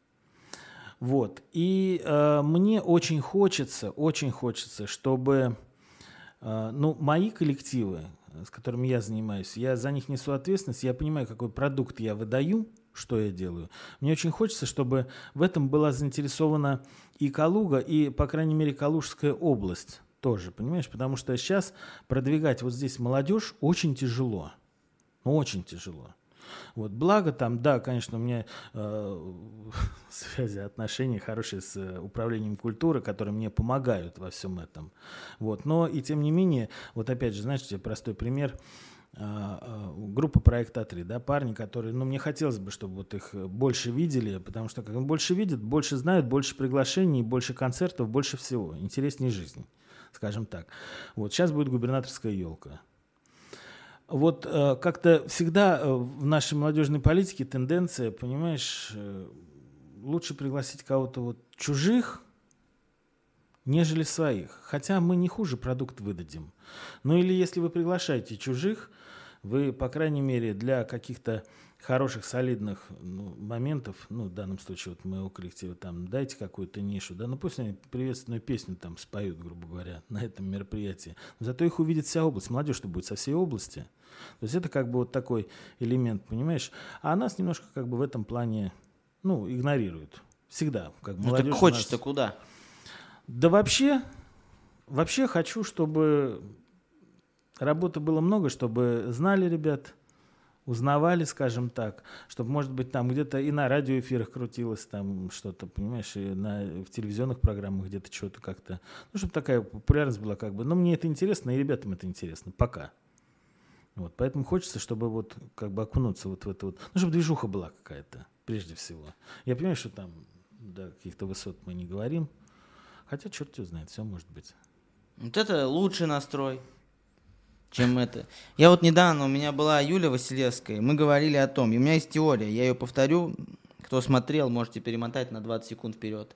Вот. И э, мне очень хочется, очень хочется, чтобы э, ну, мои коллективы, с которыми я занимаюсь, я за них несу ответственность, я понимаю, какой продукт я выдаю, что я делаю. Мне очень хочется, чтобы в этом была заинтересована и Калуга, и, по крайней мере, Калужская область тоже, понимаешь? Потому что сейчас продвигать вот здесь молодежь очень тяжело. Очень тяжело. Вот, благо там, да, конечно, у меня э, связи, отношения хорошие с э, управлением культуры, которые мне помогают во всем этом. Вот, но и тем не менее, вот опять же, знаете, простой пример. Э, э, группа «Проект А3», да, парни, которые, ну, мне хотелось бы, чтобы вот их больше видели, потому что как больше видят, больше знают, больше приглашений, больше концертов, больше всего, интереснее жизнь, скажем так. Вот, сейчас будет губернаторская елка. Вот э, как-то всегда э, в нашей молодежной политике тенденция, понимаешь, э, лучше пригласить кого-то вот чужих, нежели своих. Хотя мы не хуже продукт выдадим. Ну или если вы приглашаете чужих, вы, по крайней мере, для каких-то хороших, солидных ну, моментов, ну, в данном случае вот моего коллектива, там, дайте какую-то нишу, да, ну пусть они приветственную песню там споют, грубо говоря, на этом мероприятии. Но зато их увидит вся область, молодежь-то будет со всей области. То есть это как бы вот такой элемент, понимаешь? А нас немножко как бы в этом плане, ну, игнорируют. Всегда. Как Ну так хочешь-то нас... куда? Да вообще, вообще хочу, чтобы работы было много, чтобы знали ребят, узнавали, скажем так, чтобы, может быть, там где-то и на радиоэфирах крутилось там что-то, понимаешь, и на, в телевизионных программах где-то что-то как-то, ну, чтобы такая популярность была как бы. Но мне это интересно, и ребятам это интересно, пока. Вот, поэтому хочется, чтобы вот как бы окунуться вот в это вот, ну, чтобы движуха была какая-то, прежде всего. Я понимаю, что там до каких-то высот мы не говорим, хотя черт его знает, все может быть. Вот это лучший настрой. чем это. Я вот недавно, у меня была Юля Василевская, мы говорили о том, и у меня есть теория, я ее повторю, кто смотрел, можете перемотать на двадцать секунд вперед.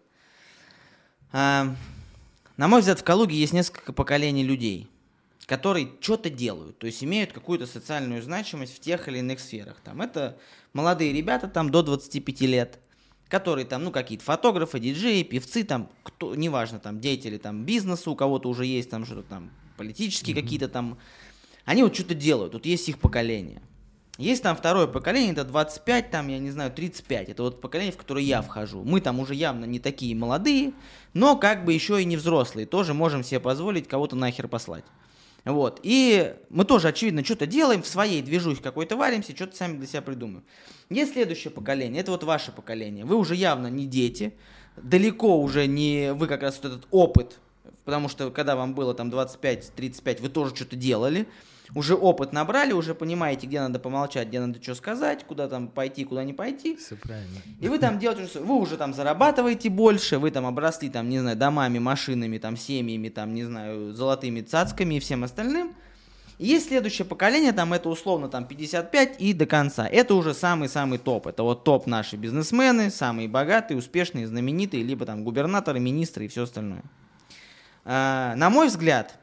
А, на мой взгляд, в Калуге есть несколько поколений людей, которые что-то делают, то есть имеют какую-то социальную значимость в тех или иных сферах. Там это молодые ребята там, до двадцати пяти лет, которые там, ну, какие-то фотографы, диджеи, певцы, там, кто, неважно, там, деятели там, бизнеса, у кого-то уже есть там что-то там, политические mm-hmm. какие-то там, они вот что-то делают, вот есть их поколение. Есть там второе поколение, это двадцать пять, там, я не знаю, тридцать пять, это вот поколение, в которое я вхожу. Мы там уже явно не такие молодые, но как бы еще и не взрослые, тоже можем себе позволить кого-то нахер послать. Вот, и мы тоже, очевидно, что-то делаем, в своей движухе какой-то варимся, что-то сами для себя придумаем. Есть следующее поколение, это вот ваше поколение. Вы уже явно не дети, далеко уже не вы как раз вот этот опыт, потому что когда вам было там двадцать пять тридцать пять, вы тоже что-то делали, уже опыт набрали, уже понимаете, где надо помолчать, где надо что сказать, куда там пойти, куда не пойти. Все правильно. И вы там делаете, вы уже там зарабатываете больше, вы там обросли, там, не знаю, домами, машинами, там, семьями, там, не знаю, золотыми цацками и всем остальным. И есть следующее поколение, там, это условно там пятьдесят пять и до конца. Это уже самый-самый топ. Это вот топ наши бизнесмены, самые богатые, успешные, знаменитые, либо там губернаторы, министры и все остальное. А, на мой взгляд,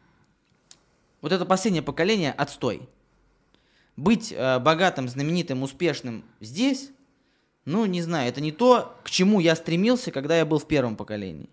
вот это последнее поколение отстой. Быть э, богатым, знаменитым, успешным здесь, ну, не знаю, это не то, к чему я стремился, когда я был в первом поколении.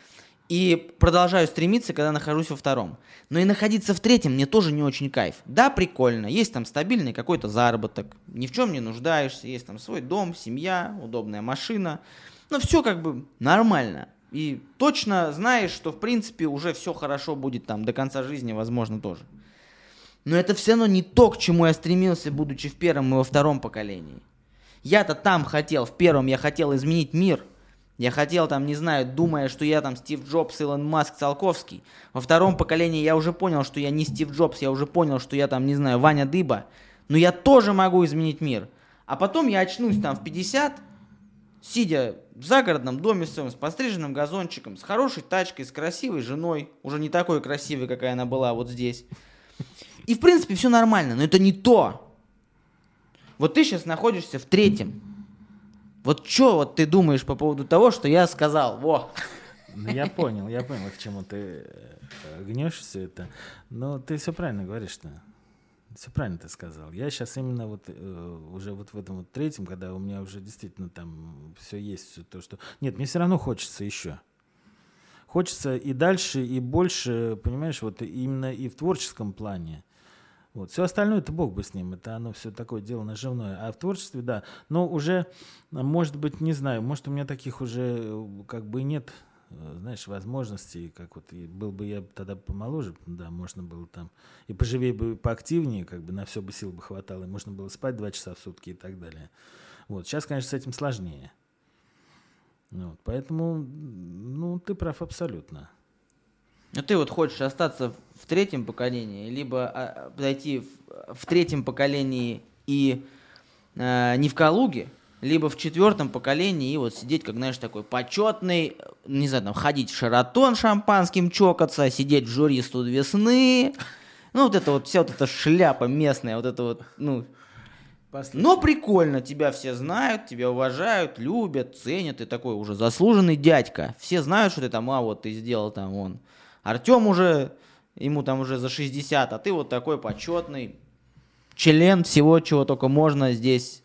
И продолжаю стремиться, когда нахожусь во втором. Но и находиться в третьем мне тоже не очень кайф. Да, прикольно, есть там стабильный какой-то заработок, ни в чем не нуждаешься, есть там свой дом, семья, удобная машина. Ну, все как бы нормально. И точно знаешь, что в принципе уже все хорошо будет там до конца жизни, возможно, тоже. Но это все равно не то, к чему я стремился, будучи в первом и во втором поколении. Я-то там хотел, в первом я хотел изменить мир. Я хотел там, не знаю, думая, что я там Стив Джобс, Илон Маск, Циолковский. Во втором поколении я уже понял, что я не Стив Джобс, я уже понял, что я там, не знаю, Ваня Дыба. Но я тоже могу изменить мир. А потом я очнусь там в пятьдесят, сидя в загородном доме своем, с постриженным газончиком, с хорошей тачкой, с красивой женой, уже не такой красивой, какая она была вот здесь. И в принципе все нормально, но это не то. Вот ты сейчас находишься в третьем. Вот что вот ты думаешь по поводу того, что я сказал? Во! Ну, я понял, я понял, к чему ты гнешь все это. Но ты все правильно говоришь-то. Все правильно ты сказал. Я сейчас именно вот э, уже вот в этом вот третьем, когда у меня уже действительно там все есть, все то, что... Нет, мне все равно хочется еще. Хочется и дальше, и больше, понимаешь, вот именно и в творческом плане. Вот. Все остальное, это бог бы с ним, это оно все такое дело наживное. А в творчестве, да. Но уже, может быть, не знаю, может, у меня таких уже как бы нет, знаешь, возможностей, как вот, и был бы я тогда помоложе, да, можно было там, и поживее бы, поактивнее, как бы на все бы сил бы хватало, и можно было спать два часа в сутки и так далее. Вот. Сейчас, конечно, с этим сложнее. Вот. Поэтому, ну, ты прав абсолютно. Ну ты вот хочешь остаться в третьем поколении, либо подойти в, в третьем поколении и э, не в Калуге, либо в четвертом поколении и вот сидеть, как, знаешь, такой почетный, не знаю, там, ходить в Шератон шампанским чокаться, сидеть в жюри «Студ весны». Ну, вот это вот, вся вот эта шляпа местная, вот это вот, ну... Послушай. Но прикольно, тебя все знают, тебя уважают, любят, ценят, ты такой уже заслуженный дядька. Все знают, что ты там, а вот ты сделал там, вон. Артем уже, ему там уже за шестьдесят, а ты вот такой почетный член всего, чего только можно здесь.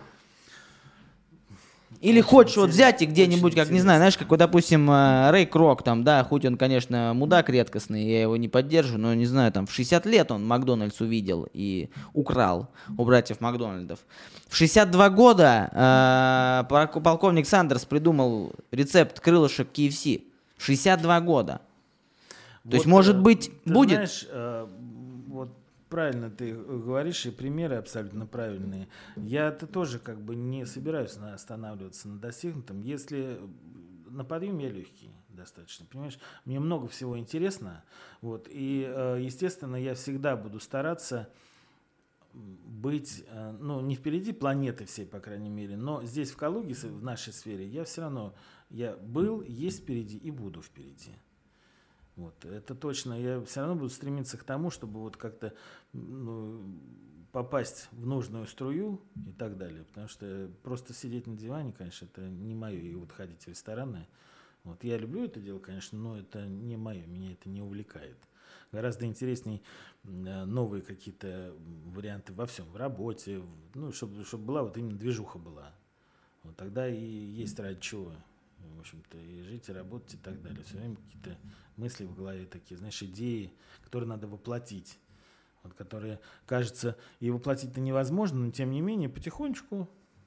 Или очень хочешь вот взять и где-нибудь, как, не знаю, знаешь, как, вот, допустим, Рэй Крок, там, да, хоть он, конечно, мудак редкостный, я его не поддерживаю, но, не знаю, там, в шестьдесят лет он Макдональдс увидел и украл у братьев Макдональдов. В шестьдесят два года э, полковник Сандерс придумал рецепт крылышек кей эф си. В шестьдесят два года. То вот, есть, может быть, ты будет... Знаешь, э, вот правильно ты говоришь, и примеры абсолютно правильные. Я-то тоже как бы не собираюсь на, останавливаться на достигнутом. Если на подъем я легкий достаточно, понимаешь? Мне много всего интересно. Вот, и, э, естественно, я всегда буду стараться быть, э, ну, не впереди планеты всей, по крайней мере, но здесь, в Калуге, в нашей сфере, я все равно, я был, есть впереди и буду впереди. Вот, это точно. Я все равно буду стремиться к тому, чтобы вот как-то ну, попасть в нужную струю и так далее. Потому что просто сидеть на диване, конечно, это не мое. И вот ходить в рестораны. Вот, я люблю это дело, конечно, но это не мое. Меня это не увлекает. Гораздо интереснее новые какие-то варианты во всем. В работе. Ну, чтобы, чтобы была вот именно движуха была. Вот тогда и есть ради чего. В общем-то, и жить, и работать, и так далее. Все время какие-то мысли в голове такие, знаешь, идеи, которые надо воплотить. Вот, которые, кажется, и воплотить-то невозможно, но тем не менее, потихонечку.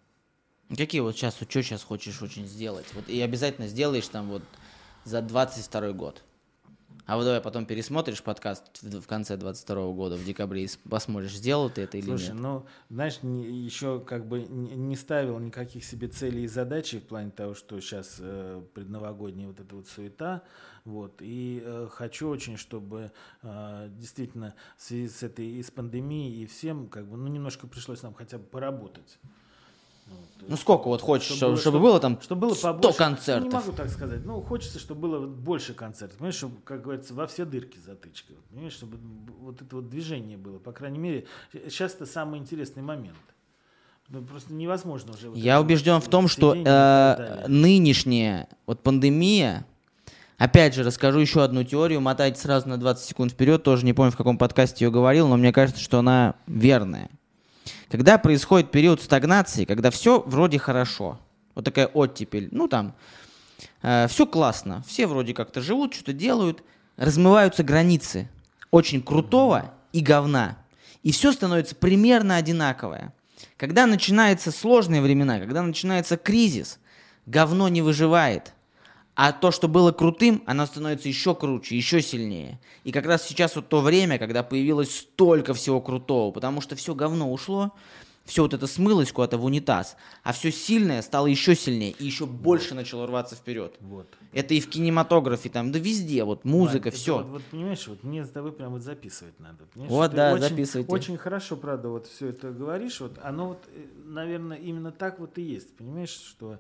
Какие вот сейчас, что сейчас хочешь очень сделать? Вот и обязательно сделаешь там вот за двадцать второй год. А вот давай потом пересмотришь подкаст в, в конце двадцать второго года, в декабре, и посмотришь, сделал ты это или Слушай, нет. ну, знаешь, не, еще как бы не, не ставил никаких себе целей и задачей в плане того, что сейчас э, предновогодняя вот эта вот суета. Вот, и э, хочу очень, чтобы э, действительно в связи с этой и с пандемией, и всем, как бы, ну, немножко пришлось нам хотя бы поработать. Вот. Ну сколько вот хочешь, чтобы, было, чтобы было там чтобы было сто побольше, концертов? Ну, не могу так сказать. Ну, хочется, чтобы было больше концертов. Понимаешь, чтобы, как говорится, во все дырки затычка. Понимаешь, чтобы вот это вот движение было. По крайней мере, сейчас это самый интересный момент. Ну, просто невозможно уже. Вот Я убежден в том, что э, нынешняя вот пандемия, опять же, расскажу еще одну теорию, мотайте сразу на двадцать секунд вперед, тоже не помню, в каком подкасте ее говорил, но мне кажется, что она верная. Когда происходит период стагнации, когда все вроде хорошо, вот такая оттепель, ну там, э, все классно, все вроде как-то живут, что-то делают, размываются границы очень крутого и говна, и все становится примерно одинаковое. Когда начинаются сложные времена, когда начинается кризис, говно не выживает. А то, что было крутым, оно становится еще круче, еще сильнее. И как раз сейчас вот то время, когда появилось столько всего крутого, потому что все говно ушло, все вот это смылось куда-то в унитаз, а все сильное стало еще сильнее и еще больше начало рваться вперед. Вот. Это и в кинематографе, там, да везде, вот музыка, Вань, все. Вот, вот, понимаешь, вот мне с тобой прям вот записывать надо. Вот, Ты да, очень, записывайте. Очень хорошо, правда, вот все это говоришь, вот оно вот, наверное, именно так вот и есть, понимаешь, что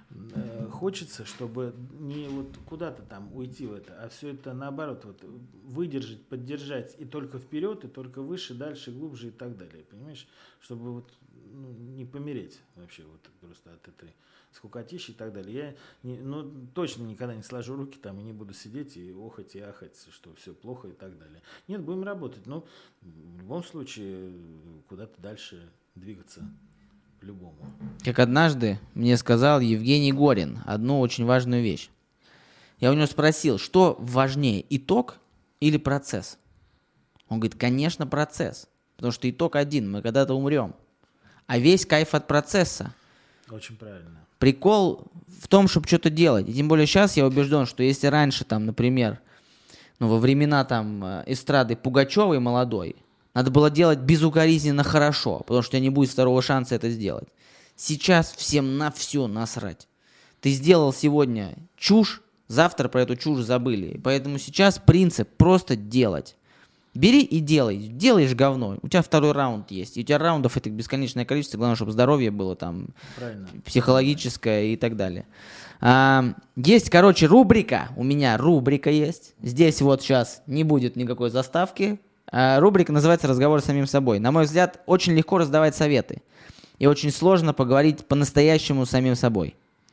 э, хочется, чтобы не вот куда-то там уйти в это, а все это наоборот вот выдержать, поддержать и только вперед, и только выше, дальше, глубже и так далее, понимаешь, чтобы вот ну, не помереть вообще вот просто от этой скукотищи и так далее. Я не, ну, точно никогда не сложу руки там и не буду сидеть и охать и ахать, что все плохо и так далее. Нет, будем работать, но в любом случае куда-то дальше двигаться по-любому. Как однажды мне сказал Евгений Горин одну очень важную вещь. Я у него спросил, что важнее, итог или процесс? Он говорит, конечно, процесс, потому что итог один, мы когда-то умрем. А весь кайф от процесса. Очень правильно. Прикол в том, чтобы что-то делать. И тем более сейчас я убежден, что если раньше, там, например, ну, во времена там, эстрады Пугачевой молодой, надо было делать безукоризненно хорошо, потому что у тебя не будет второго шанса это сделать. Сейчас всем на все насрать. Ты сделал сегодня чушь, завтра про эту чушь забыли. Поэтому сейчас принцип просто делать. Бери и делай. Делаешь говно. У тебя второй раунд есть. И у тебя раундов это бесконечное количество. Главное, чтобы здоровье было там Правильно. Психологическое и так далее. А, есть, короче, рубрика. У меня рубрика есть. Здесь вот сейчас не будет никакой заставки. А, рубрика называется «Разговор с самим собой». На мой взгляд, очень легко раздавать советы. И очень сложно поговорить по-настоящему с самим собой.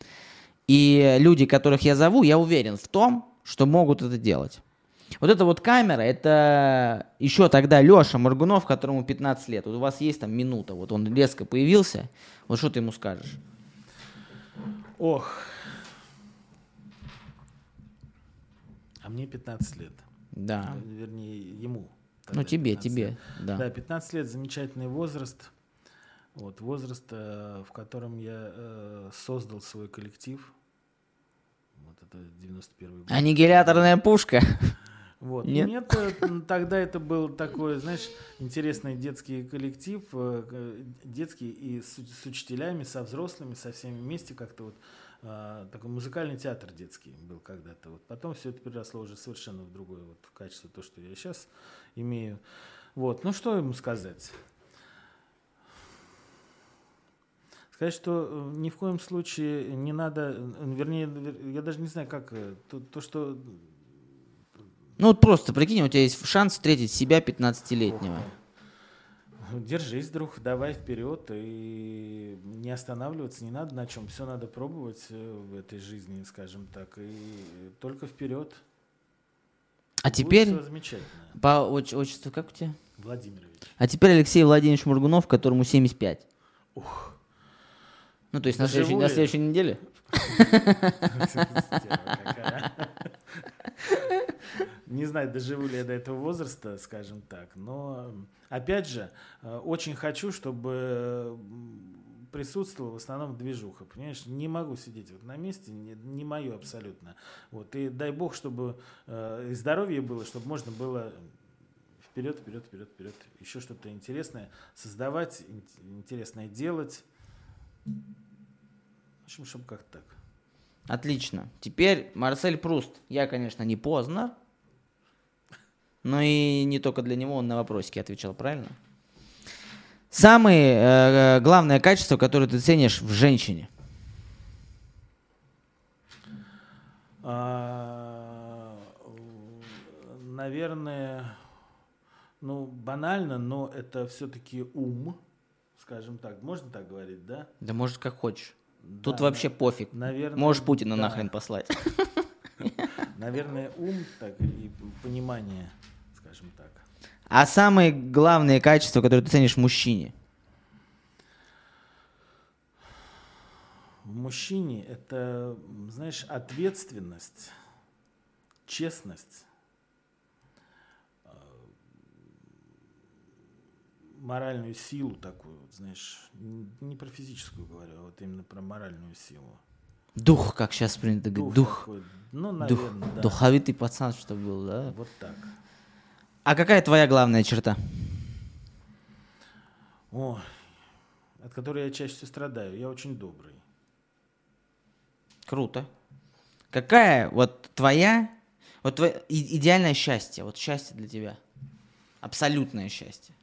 И люди, которых я зову, я уверен в том, что могут это делать. Вот эта вот камера, это еще тогда Леша Моргунов, которому пятнадцать лет. Вот у вас есть там минута, вот он резко появился. Вот что ты ему скажешь? Ох. А мне пятнадцать лет. Да. Вернее, ему. Ну, тебе, тебе, лет. да. Да, пятнадцать лет, замечательный возраст. Вот, возраст, э, в котором я э, создал свой коллектив. Вот это девяносто первый год. Аннигиляторная пушка. Вот. Нет? Нет, тогда это был такой, знаешь, интересный детский коллектив, детский и с, с учителями, со взрослыми, со всеми вместе как-то вот такой музыкальный театр детский был когда-то. Вот. Потом все это переросло уже совершенно в другое вот качество, то, что я сейчас имею. Вот. Ну, что ему сказать? Сказать, что ни в коем случае не надо, вернее, я даже не знаю, как, то, то что... Ну вот просто прикинь, у тебя есть шанс встретить себя пятнадцатилетнего. Держись, друг, давай вперед и не останавливаться не надо на чем. Все надо пробовать в этой жизни, скажем так, и только вперед. А Будет теперь, всё замечательно. по отч- отчеству как у тебя? Владимирович. А теперь Алексей Владимирович Моргунов, которому семьдесят пять. Ух. Ну то есть на Доживу следующей, на ли? следующей неделе? Стерва какая. Не знаю, доживу ли я до этого возраста, скажем так. Но, опять же, э, очень хочу, чтобы м, присутствовала в основном движуха. Понимаешь, не могу сидеть вот на месте, не, не мое абсолютно. Вот. И дай бог, чтобы э, и здоровье было, чтобы можно было вперед, вперед, вперед, вперед. Еще что-то интересное создавать, ин- интересное делать. В общем, чтобы как-то так. Отлично. Теперь Марсель Пруст. Я, конечно, не Познер, но и не только для него он на вопросики отвечал, правильно? Самое э, главное качество, которое ты ценишь в женщине. А, наверное, ну, банально, но это все-таки ум, скажем так. Можно так говорить, да? Да может как хочешь. Тут Да, вообще на- пофиг. наверное, Можешь Путина да. нахрен послать. Наверное, ум так, и понимание, скажем так. А самые главные качества, которые ты ценишь в мужчине? В мужчине это, знаешь, ответственность, честность, э, моральную силу такую, вот, знаешь, н- не про физическую говорю, а вот именно про моральную силу. Дух, как сейчас принято говорить. Дух. такой, ну, Дух. наверное, да. Духовитый пацан, что был, да? Вот так. А какая твоя главная черта? О, от которой я чаще всего страдаю. Я очень добрый. Круто. Какая вот твоя, вот твое и- идеальное счастье, вот счастье для тебя? Абсолютное счастье.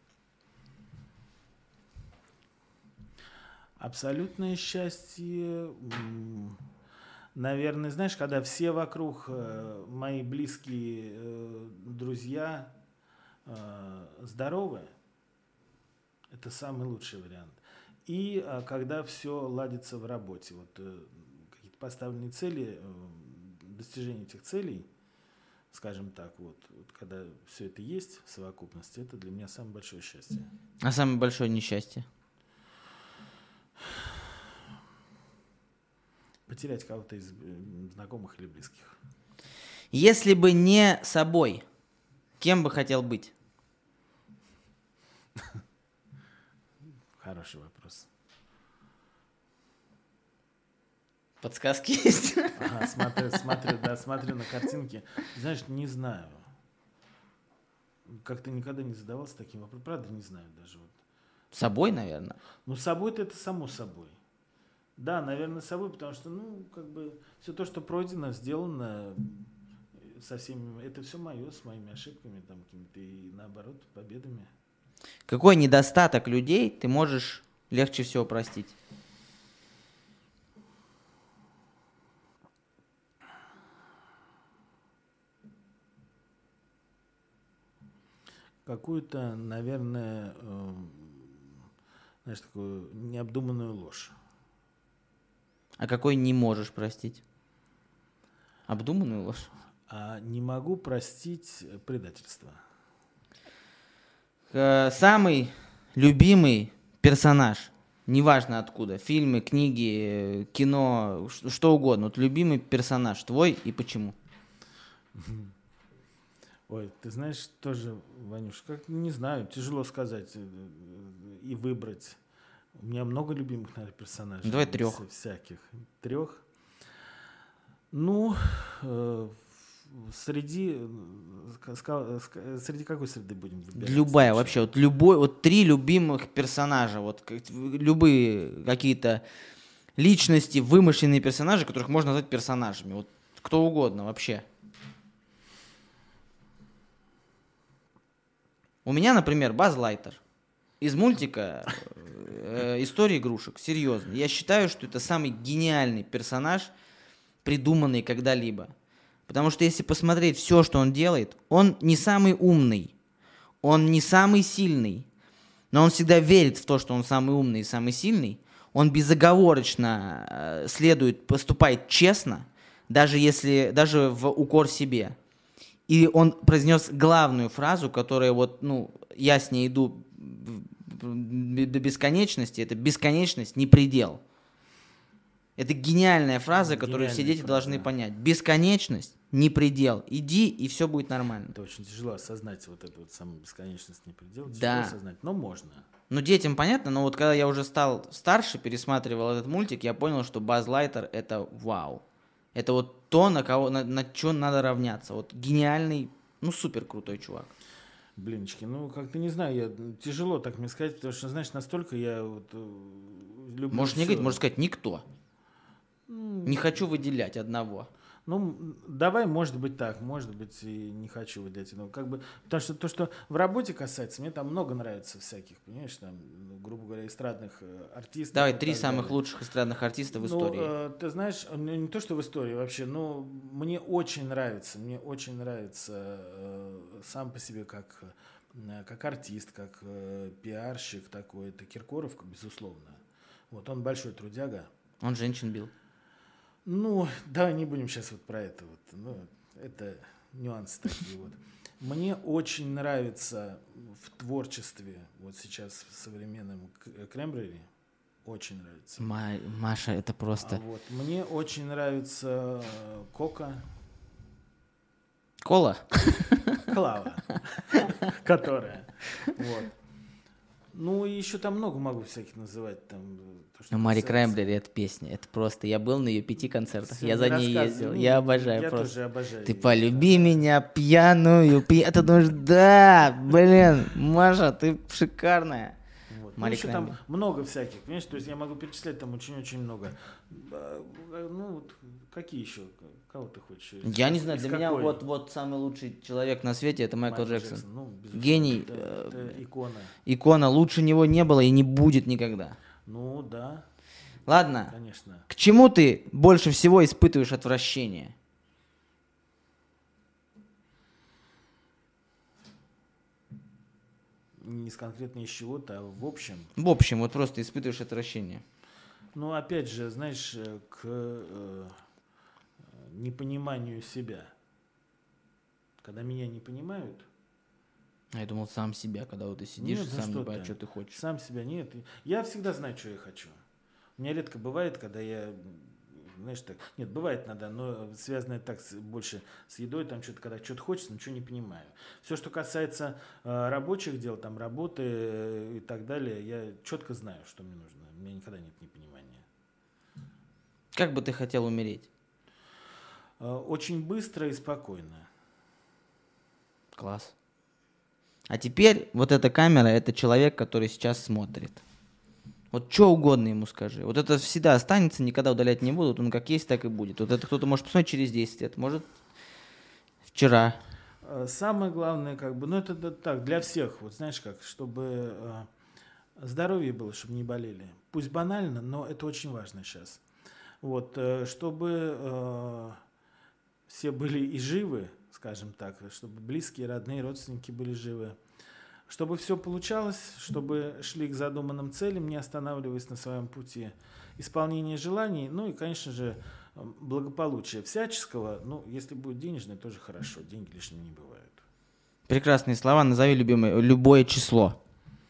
Абсолютное счастье, м, наверное, знаешь, когда все вокруг, э, мои близкие э, друзья э, здоровы, это самый лучший вариант. И э, когда все ладится в работе, вот э, какие-то поставленные цели, э, достижение этих целей, скажем так, вот, вот когда все это есть в совокупности, это для меня самое большое счастье. А самое большое несчастье? Потерять кого-то из э, знакомых или близких. Если бы не собой, кем бы хотел быть? Хороший вопрос. Подсказки есть? Ага, смотрю, смотрю, да, смотрю на картинки. Знаешь, не знаю. Как-то никогда не задавался таким вопросом. Правда, не знаю даже. Вот. Собой, наверное. Ну, собой-то это само собой. Да, наверное, собой, потому что, ну, как бы, все то, что пройдено, сделано со всеми, это все мое, с моими ошибками, там, какими-то и, наоборот, победами. Какой недостаток людей ты можешь легче всего простить? Какую-то, наверное, э, знаешь, такую необдуманную ложь. А какой не можешь простить? Обдуманную ложь? А не могу простить предательство. Э, Самый любимый персонаж, неважно откуда, фильмы, книги, э, кино, ш- что угодно, вот любимый персонаж твой и почему? Ой, ты знаешь, тоже, Ванюш, как не знаю, тяжело сказать э, э, и выбрать. У меня много любимых, наверное, персонажей. Давай из трех. Всяких. Трех. Ну, э, среди, э, ска- ска- среди какой среды будем выбирать? Любая сначала? вообще, вот любой, вот три любимых персонажа, вот как- любые какие-то личности, вымышленные персонажи, которых можно назвать персонажами, вот кто угодно вообще. У меня, например, Базз Лайтер из мультика э, «История игрушек». Серьезно. Я считаю, что это самый гениальный персонаж, придуманный когда-либо. Потому что если посмотреть все, что он делает, он не самый умный, он не самый сильный, но он всегда верит в то, что он самый умный и самый сильный. Он безоговорочно следует, поступает честно, даже если, даже в укор себе. И он произнес главную фразу, которая вот, ну, я с ней иду до бесконечности. Это бесконечность не предел. Это гениальная фраза, которую все дети фраза, должны да. понять. Бесконечность не предел. Иди, и все будет нормально. Это очень тяжело осознать вот эту вот самую бесконечность не предел. Тяжело да. осознать, но можно. Ну, детям понятно, но вот когда я уже стал старше, пересматривал этот мультик, я понял, что Базз Лайтер — это вау. Это вот то, на кого, на, на что надо равняться. Вот гениальный, ну, супер крутой чувак. Блиночки, ну, как-то не знаю, я, тяжело так мне сказать, потому что, знаешь, настолько я вот люблю... Можешь не говорить, можешь сказать никто. Mm. Не хочу выделять одного. Ну, давай, может быть, так, может быть, и не хочу выделять. Ну, как бы, потому что то, что в работе касается, мне там много нравится всяких, понимаешь, там, ну, грубо говоря, эстрадных э, артистов. Давай, три самых далее. лучших эстрадных артиста в истории. Ну, э, ты знаешь, ну, не то, что в истории вообще, но мне очень нравится, мне очень нравится э, сам по себе как, э, как артист, как э, пиарщик такой, это Киркоров, безусловно. Вот, он большой трудяга. Он женщин бил. Ну, давай не будем сейчас вот про это вот. Ну, это нюансы такие вот. Мне очень нравится в творчестве, вот сейчас в современном Крэмбрери, очень нравится. Ма- Маша, это просто... А вот, мне очень нравится Кока. Кола? Клава. Которая. Вот. Ну, и еще там много могу всяких называть. Там, то, ну, Мари Краймбрери — это песня. Это просто... Я был на ее пяти концертах. Все, я за ней ездил. Ну, я обожаю я просто. Тоже обожаю. Ты полюби да. меня пьяную. Пья... Ты думаешь, да, блин, Маша, ты шикарная. Вот. Ну, еще там много всяких, понимаешь? То есть я могу перечислять там очень-очень много. Ну, какие еще? Кого ты хочешь? Я не знаю, для какой? меня вот, вот самый лучший человек на свете — это Майкл, Майкл Джексон. Джексон. Ну, гений. Это, это икона. Икона. Лучше него не было и не будет никогда. Ну, да. Ладно. Конечно. К чему ты больше всего испытываешь отвращение? Не с конкретно из чего-то, а в общем. В общем, вот просто испытываешь отвращение. Ну, опять же, знаешь, к э, непониманию себя. Когда меня не понимают. Я думал, сам себя, когда вот ты сидишь нет, и сам ну, не понимаешь, что ты хочешь. Сам себя нет. Я всегда знаю, что я хочу. У меня редко бывает, когда я, знаешь, так, нет, бывает иногда, но связано так с, больше с едой, там что-то, когда что-то хочется, ничего не понимаю. Все, что касается э, рабочих дел, там, работы э, и так далее, я четко знаю, что мне нужно. У меня никогда нет непонимания. Как бы ты хотел умереть? Э, очень быстро и спокойно. Класс. А теперь вот эта камера — это человек, который сейчас смотрит. Вот что угодно ему скажи. Вот это всегда останется, никогда удалять не будут. Он как есть, так и будет. Вот это кто-то может посмотреть через десять лет, может вчера. Самое главное, как бы, ну это, это так, для всех, вот знаешь как, чтобы э, здоровье было, чтобы не болели. Пусть банально, но это очень важно сейчас. Вот, э, чтобы э, все были и живы, скажем так, чтобы близкие, родные, родственники были живы. Чтобы все получалось, чтобы шли к задуманным целям, не останавливаясь на своем пути, исполнение желаний, ну и, конечно же, благополучие всяческого. Ну, если будет денежное, тоже хорошо, деньги лишними не бывают. Прекрасные слова, назови любимое, любое число.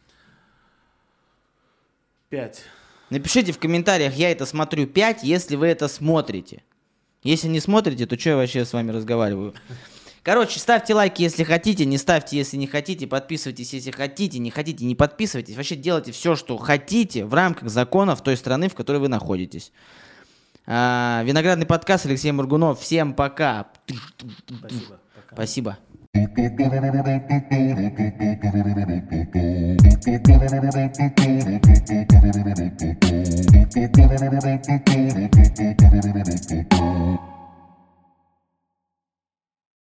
Пять. Напишите в комментариях, я это смотрю пять, если вы это смотрите. Если не смотрите, то что я вообще с вами разговариваю? Короче, ставьте лайки, если хотите, не ставьте, если не хотите, подписывайтесь, если хотите, не хотите, не подписывайтесь. Вообще делайте все, что хотите в рамках законов той страны, в которой вы находитесь. А, Виноградный подкаст, Алексей Моргунов. Всем пока. Спасибо. Пока. Спасибо. Спасибо.